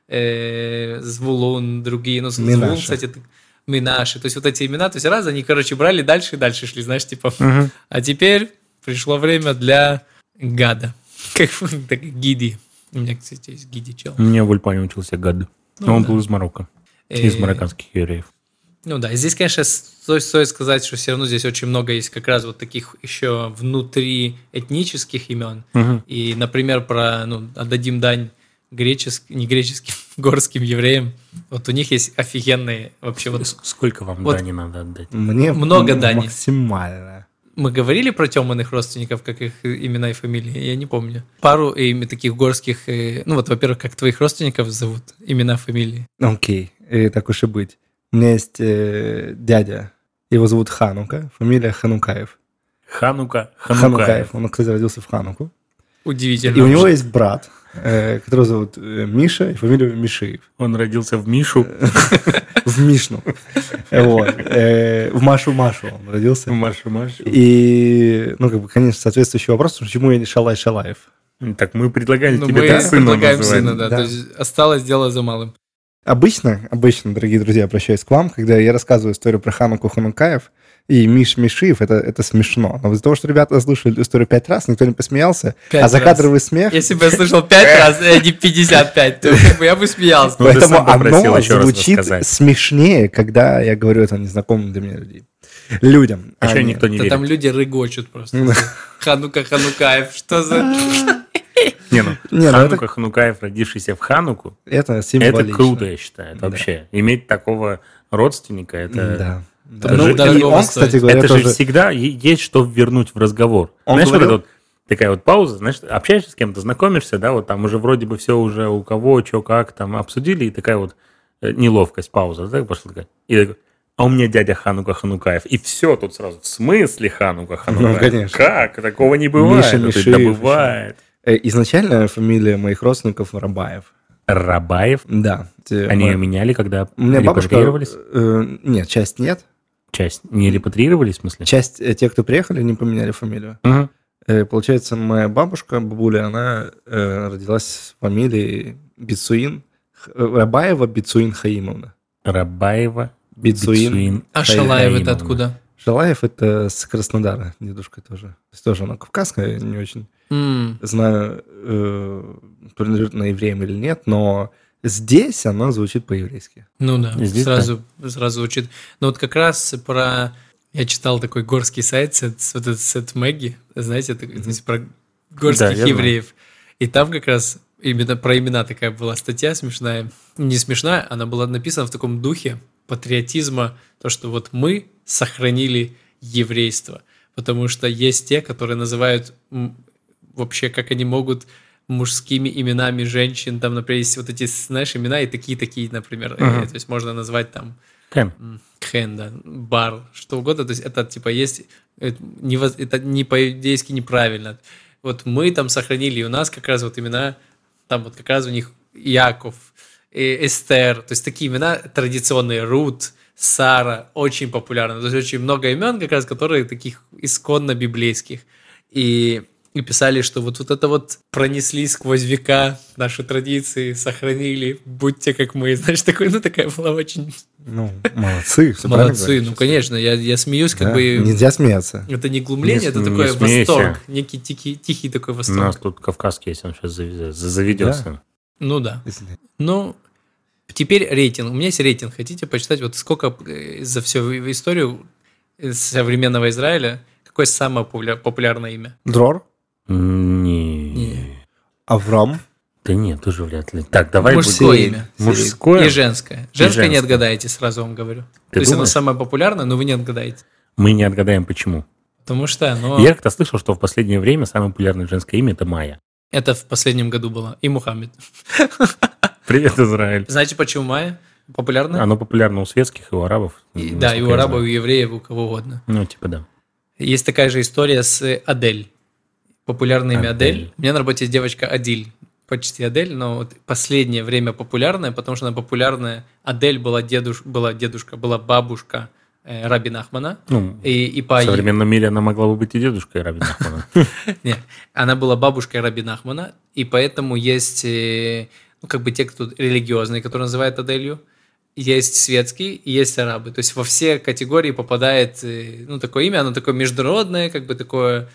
Звулун, другие. Ну, Звулун, кстати, Минаши. То есть вот эти имена, то есть раз они, короче, брали дальше и дальше шли, знаешь, типа... А теперь пришло время для Гада. Как Гиди. У меня, кстати, есть Гиди чел. У меня в Ульпане учился Гад. Но он был из Марокко. Из марокканских евреев. Ну да, здесь, конечно, стоит сказать, что все равно здесь очень много есть как раз вот таких еще внутриэтнических имен. И, например, отдадим дань горским евреям. Вот у них есть офигенные вообще вот... Сколько вам дани надо отдать? Мне много дани. Максимально. Мы говорили про Тёманых родственников, как их имена и фамилии? Я не помню. Пару таких горских... Ну вот, во-первых, как твоих родственников зовут? Имена, фамилии. Окей, так уж и быть. У меня есть дядя, его зовут Ханука, фамилия Ханукаев. Ханукаев. Он, кстати, родился в Хануку. Удивительно. И у него есть брат, которого зовут Миша, и фамилию Мишиев. Он родился в Мишу. В Мишну. В Машу он родился. В Машу. И, ну, как бы, конечно, соответствующий вопрос, почему я не Шалаев? Так мы предлагали тебе мы сыном предлагаем называть. сына, да. То есть осталось дело за малым. Обычно, дорогие друзья, обращаюсь к вам, когда я рассказываю историю про Хануку Ханукаев и Мишиев, это смешно. Но из-за того, что ребята слушали эту историю 5 раз, никто не посмеялся, закадровый смех... Если бы я слышал 5 раз, а не 55, то я бы смеялся. Поэтому оно звучит смешнее, когда я говорю это незнакомым для меня людям. Еще никто не верит. Там люди рыгочут просто. Ханука Ханукаев, что за... Ханука Ханукаев, родившийся в Хануку, это символично. Это круто, я считаю, вообще. Иметь такого родственника, это... И он, кстати говоря, это же всегда есть что вернуть в разговор. Знаешь, вот эта вот такая вот пауза, знаешь, общаешься с кем-то, знакомишься, да, вот там уже вроде бы все уже у кого, что, как там обсудили, и такая вот неловкость, пауза, так пошла такая. И такой, а у меня дядя Ханука Ханукаев. И все тут сразу. В смысле Ханука Ханукаев? Ну, конечно. Как? Такого не бывает. Мишиев, да бывает. Изначально фамилия моих родственников Рабаев. Рабаев? Да. Они ее меняли, когда у меня репатриировались? Нет, часть нет. Часть не репатриировались, в смысле? Часть тех, кто приехали, не поменяли фамилию. Получается, моя бабушка, она родилась с фамилией Бицуин. Рабаева Бицуин Хаимовна. Рабаева Бицуин. А Шалаев это откуда? Шалаев это с Краснодара, дедушка тоже. То есть тоже она кавказская, не очень знаю, принадлежит на евреям или нет, но здесь она звучит по-еврейски. Ну да, сразу звучит. Но вот как раз я читал такой горский сайт, Сет Мэгги, знаете, то есть про горских евреев. И там как раз именно про имена такая была статья смешная. Не смешная, она была написана в таком духе патриотизма, то, что вот мы сохранили еврейство. Потому что есть те, которые называют вообще, как они могут мужскими именами женщин. Там, например, есть вот эти, знаешь, имена и такие, например. То есть можно назвать там Хэн, да, Бар, что угодно. То есть это типа есть... Это не по-идейски неправильно. Вот мы там сохранили, и у нас как раз вот имена, там вот как раз у них Яков, Эстер, то есть такие имена традиционные, Рут, Сара, очень популярны. То есть очень много имен, как раз, которые таких исконно библейских. И писали, что вот это вот пронесли сквозь века наши традиции, сохранили, будьте как мы. Знаешь, такая была очень... Ну, молодцы. Молодцы, ну, конечно, я смеюсь, как бы... Нельзя смеяться. Это не глумление, это такой восторг, некий тихий такой восторг. У нас тут кавказский есть, он сейчас заведется. Ну да. Ну, Теперь рейтинг. У меня есть рейтинг. Хотите почитать, вот сколько за всю историю современного Израиля, какое самое популярное имя? Дрор? Не. Аврам? Да нет, тоже вряд ли. Так, давай Мужское Сирин. имя. Мужское? И женское. Женское не женское. отгадаете, сразу вам говорю. Ты То есть оно думаешь? самое популярное, но вы не отгадаете. Мы не отгадаем, почему. Потому что оно... Я как-то слышал, что в последнее время самое популярное женское имя – это Майя. Это в последнем году было. И Мухаммед. Привет, Израиль. Знаете, почему Майя популярна? Оно популярно у светских, и у арабов. Да, и у насколько я арабов, и у знаю. евреев, у кого угодно. Ну, типа да. Есть такая же история с Адель. Популярное имя Адель. Адель. У меня на работе есть девочка Адиль. Почти Адель, но вот последнее время популярная, потому что она популярная. Адель была бабушка Раби Нахмана. Ну, И в по современном мире она могла бы быть и дедушкой Раби Нахмана. Не, она была бабушкой Раби Нахмана, и поэтому есть, ну, как бы те, кто религиозные, которые называют Аделью, есть светские и есть арабы. То есть во все категории попадает, ну, такое имя, оно такое международное, как бы такое,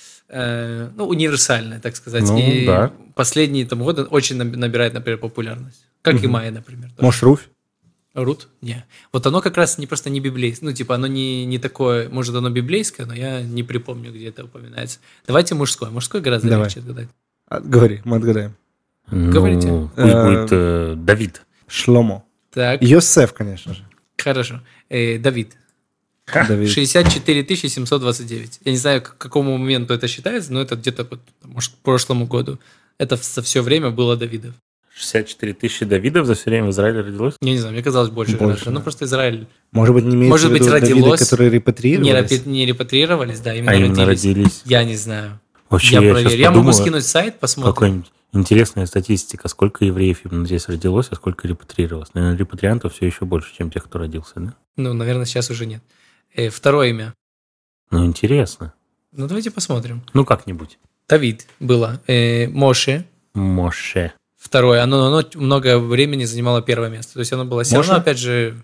ну, универсальное, так сказать. Ну, и да. последние там годы очень набирает, например, популярность. Как и Майя, например. тоже. Может, Руфь? Рут? Не. Вот оно как раз не просто не библейское. Ну, типа, оно не такое, может, оно библейское, но я не припомню, где это упоминается. Давайте мужское. Мужское гораздо Давай. легче отгадать. Говори, мы отгадаем. Говорите. Ну, пусть будет Давид. Шломо. Так, Йосеф, конечно же. хорошо. Давид. Давид. 64 729. Я не знаю, к какому моменту это считается, но это где-то, вот, может, к прошлому году. Это за все время было Давидов. 64 тысячи Давидов за все время в Израиле родилось? Я не знаю, мне казалось больше. Больше, гораздо. да. Ну, просто Израиль Может быть, не имеется Может в быть, виду Давиды, родилось, которые репатриировались? не репатрировались, да, именно, А именно родились? Я не знаю. Вообще, Я я проверю. сейчас Я могу подумал, скинуть сайт, посмотрим. какая-нибудь интересная статистика, сколько евреев именно здесь родилось, а сколько репатрировалось. Наверное, репатриантов все еще больше, чем тех, кто родился, да? Ну, наверное, сейчас уже нет. Второе имя. Ну, интересно. Ну, давайте посмотрим. Ну, как-нибудь. Давид было. Моше. Моше. Второе. Оно много времени занимало первое место. То есть оно было все равно, Моше? опять же,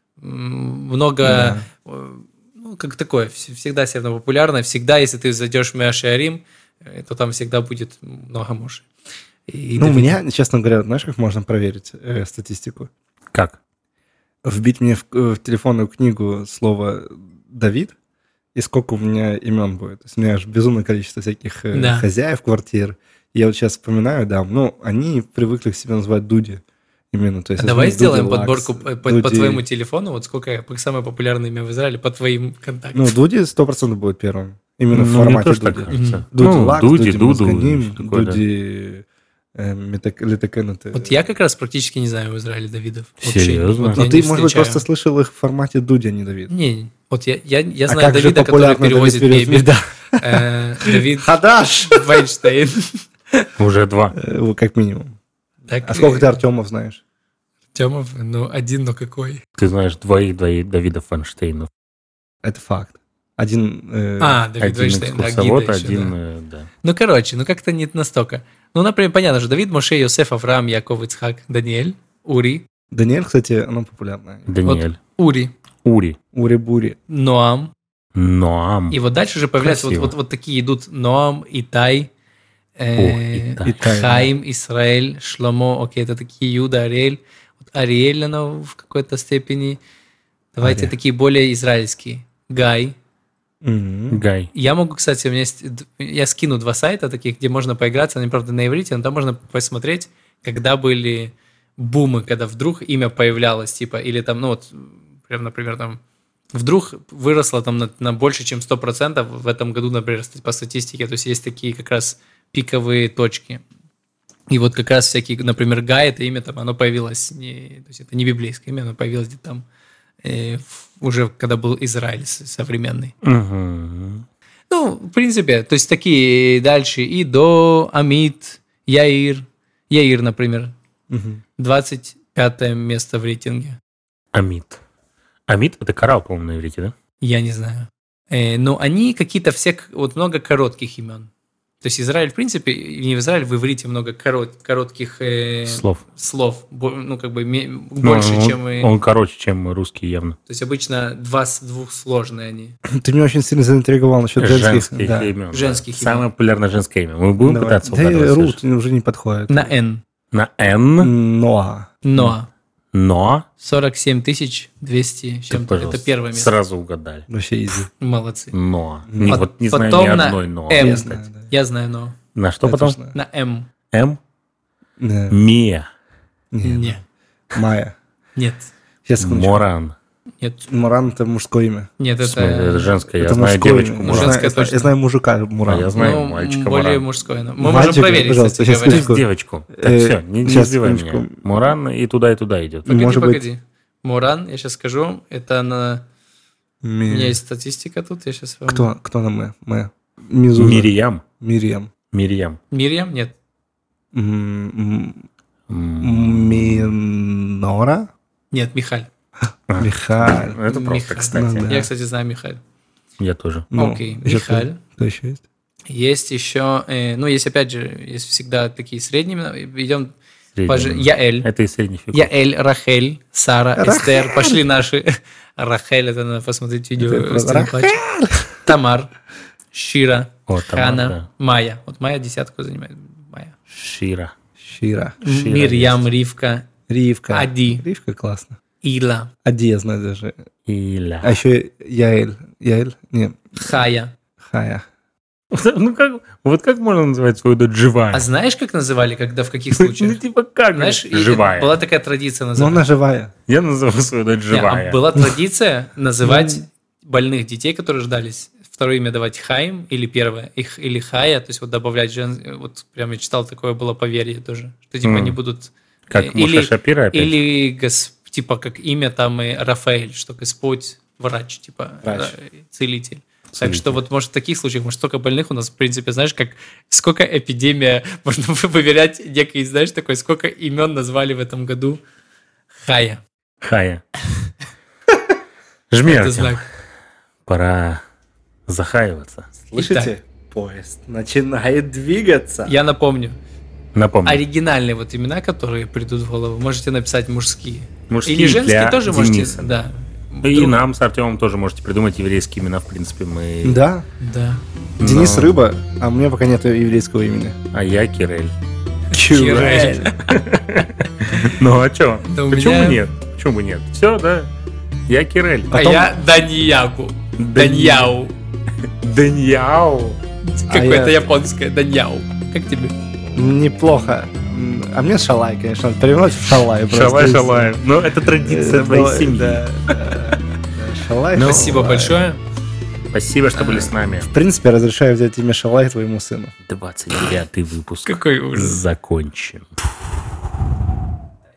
много... Да. Ну, как такое, всегда все равно популярно. Всегда, если ты зайдешь в Меашиарим, то там всегда будет много Моше. И Ну, у Давида. меня, честно говоря, знаешь, как можно проверить статистику? Как? Вбить мне в телефонную книгу слово «Давид», и сколько у меня имен будет. То есть у меня аж безумное количество всяких Да. хозяев квартир. Я вот сейчас вспоминаю, да, ну, они привыкли к себе называть Дуди. Именно, то есть, Давай Дуди сделаем Лакс, подборку по Дуди- твоему телефону, вот сколько самое популярное имя в Израиле по твоим контактам. Ну, Дуди 100% будет первым. Именно в Ну, мне формате тоже так Дуди. кажется. Дуди Ну, Лакс, Дуди, Дуди Дуду, Мазганим, что такое, да. Дуди Литакенете. Вот я как раз практически не знаю в Израиле Давидов. Вообще. Серьезно? Вот Но я ты, не может быть, встречаю. просто слышал их в формате Дуди, а не Давид. Не, вот я А знаю как же Давида, который популярный перевозит Давид мебель. Да. Давид Хадаш! Вайнштейн. Уже 2. Как минимум. Так, А сколько ты Артемов знаешь? Тёмов, ну один, но какой? Ты знаешь двоих Давидов Фанштейнов. Это факт. Один... Давид Один Вайнштейн, да, экскурсовод, гида еще, один, да. да. Ну, короче, ну как-то не настолько. Ну, например, понятно, что Давид, Моше, Йосеф, Авраам, Яков, Ицхак, Даниэль, Ури. Даниэль, кстати, оно популярное. Даниэль. Ури, Ури. Ури-бури. Ноам. Ноам. И вот дальше же появляются Красиво. вот такие идут Ноам, Итай, Итай. Итай, Хаим, Исраэль, Шломо, окей, это такие Иуда, Ариэль. Вот Ариэль, оно в какой-то степени. Давайте Ария. такие более израильские. Гай. Мгм. Гай. Я могу, кстати, у меня есть, я скину 2 сайта таких, где можно поиграться, они, правда, на иврите, но там можно посмотреть, когда были бумы, когда вдруг имя появлялось, типа, или там, ну вот, прям, например, там, вдруг выросло там на больше, чем 100% в этом году, например, по статистике, то есть есть такие как раз пиковые точки. И вот как раз всякие, например, Гай, это имя там, оно появилось, то есть это не библейское имя, оно появилось где-то там уже когда был Израиль современный. Мгм. Ну, в принципе, то есть такие дальше. Идо, Амид, Яир, например, Мгм. 25 место в рейтинге. Амид. Амид — это коралл, по-моему, на иврите, да? Я не знаю. Но они какие-то все, вот много коротких имен. То есть Израиль, в принципе, не в Израиль, в иврите много коротких слов. Ну, как бы больше, Ну, чем... Он короче, чем русский, явно. То есть обычно двухсложные они. Ты меня очень сильно заинтриговал насчет женских. Да. имен. да. Женских имен. Самое популярное женское имя. Мы будем Давай. пытаться Да, угадывать? Рут Саша? уже не подходит. На Н. На Н. Ноа. Ноа. Но... 47 200 с чем-то. Пожалуйста, Это первое место. Сразу угадали. Вообще изи. Молодцы. Но. Пот- Не знаю потом ни на одной но. М. кстати. Я знаю, но. На что Я потом? тоже знаю. На М. М? Да. Мия. Не. Майя. Нет. Сейчас, секундочку. Моран. Нет. Муран — это мужское имя. Нет, В смысле, это это... женское. Я Это знаю мужское девочку имя. Муран. Женское Я знаю- точно. Я знаю мужика Муран. Я знаю Ну, мальчика более Муран. мужское. Мы Мальчика, можем проверить, пожалуйста, кстати сейчас говоря. секундочку. Девочку. Так, все, не Сейчас, сбивай меня. секундочку. Муран и туда, идет. Погоди, Может быть- погоди. Муран, я сейчас скажу, это на... У меня есть статистика тут, я сейчас вам... Кто на мы? Мы. Мизуза. Мириям. Мириам. Мирьям. Мирьям? Нет. Минора? Нет, Михаль. Михаль. Это просто, Михаль. кстати. Ну да. Я, кстати, знаю Михаль. Я тоже. Ну, Окей, еще Михаль. Кто еще есть? Есть еще, ну, есть опять же, есть всегда такие средние имена. Идем Средний. Яэль. Это из средних веков. Яэль, Рахель, Сара, Рахель. Эстер. Пошли наши. Рахель, это надо посмотреть видео. Это с этим плачем. Тамар, Шира, О, Тамар, Хана, да. Майя. Вот Майя десятку занимает. Майя. Шира. Шира. Шира Мирьям, Ривка, Ривка. Ади. Ривка классно. Ила, Ади я знаю даже. Иля. А еще Яэль. Яэль? Не, Хая. Хая. Ну как, вот как можно называть свою дочь живая? А знаешь, как называли, когда в каких Ну случаях? типа как? Знаешь, и Живая. была такая традиция Но называть. она живая. Я назову свою дочь Не, а живая. была традиция называть больных детей, которые рождались, второе имя давать Хаим или первое, их или Хая, то есть вот добавлять вот прям я читал, такое было поверье тоже, что типа они будут... Как или, Муша Шапира опять? или типа как имя там и Рафаэль, что Господь врач, типа Врач. целитель. Так Целитель. что вот, может, в таких случаях, может, столько больных у нас, в принципе, знаешь, как сколько эпидемия, можно выверять некий, знаешь, такой, сколько имен назвали в этом году Хая. Хая. Жми, Это Артем. знак. Пора захаиваться. Слышите? Поезд начинает двигаться. Я напомню, Напомню. оригинальные вот имена, которые придут в голову, можете написать мужские. Мужские Или женские для тоже Дениса. можете. Да. И Вдруг- нам с Артемом тоже можете придумать еврейские имена, в принципе, мы... Да. Да. Денис Но- Рыба, а у меня пока нет еврейского имени. А я Кирель. Кирель. Ну а что? Да у Почему меня- нет? Почему бы нет? Все, да. Я Кирель. А я Даньягу. Даньяу. Даньяу. Какое-то я- японское. Даньяу. Как тебе? Неплохо. А мне Шалай, конечно, надо переименовать в Шалай. просто. Шалай, шалай. Ну, это традиция твоей семьи. Да. Шалай. Ну, Спасибо Шалай. большое. Спасибо, что были с нами. В принципе, я разрешаю взять имя Шалай твоему сыну. 29 выпуск. Какой ужас. Закончим.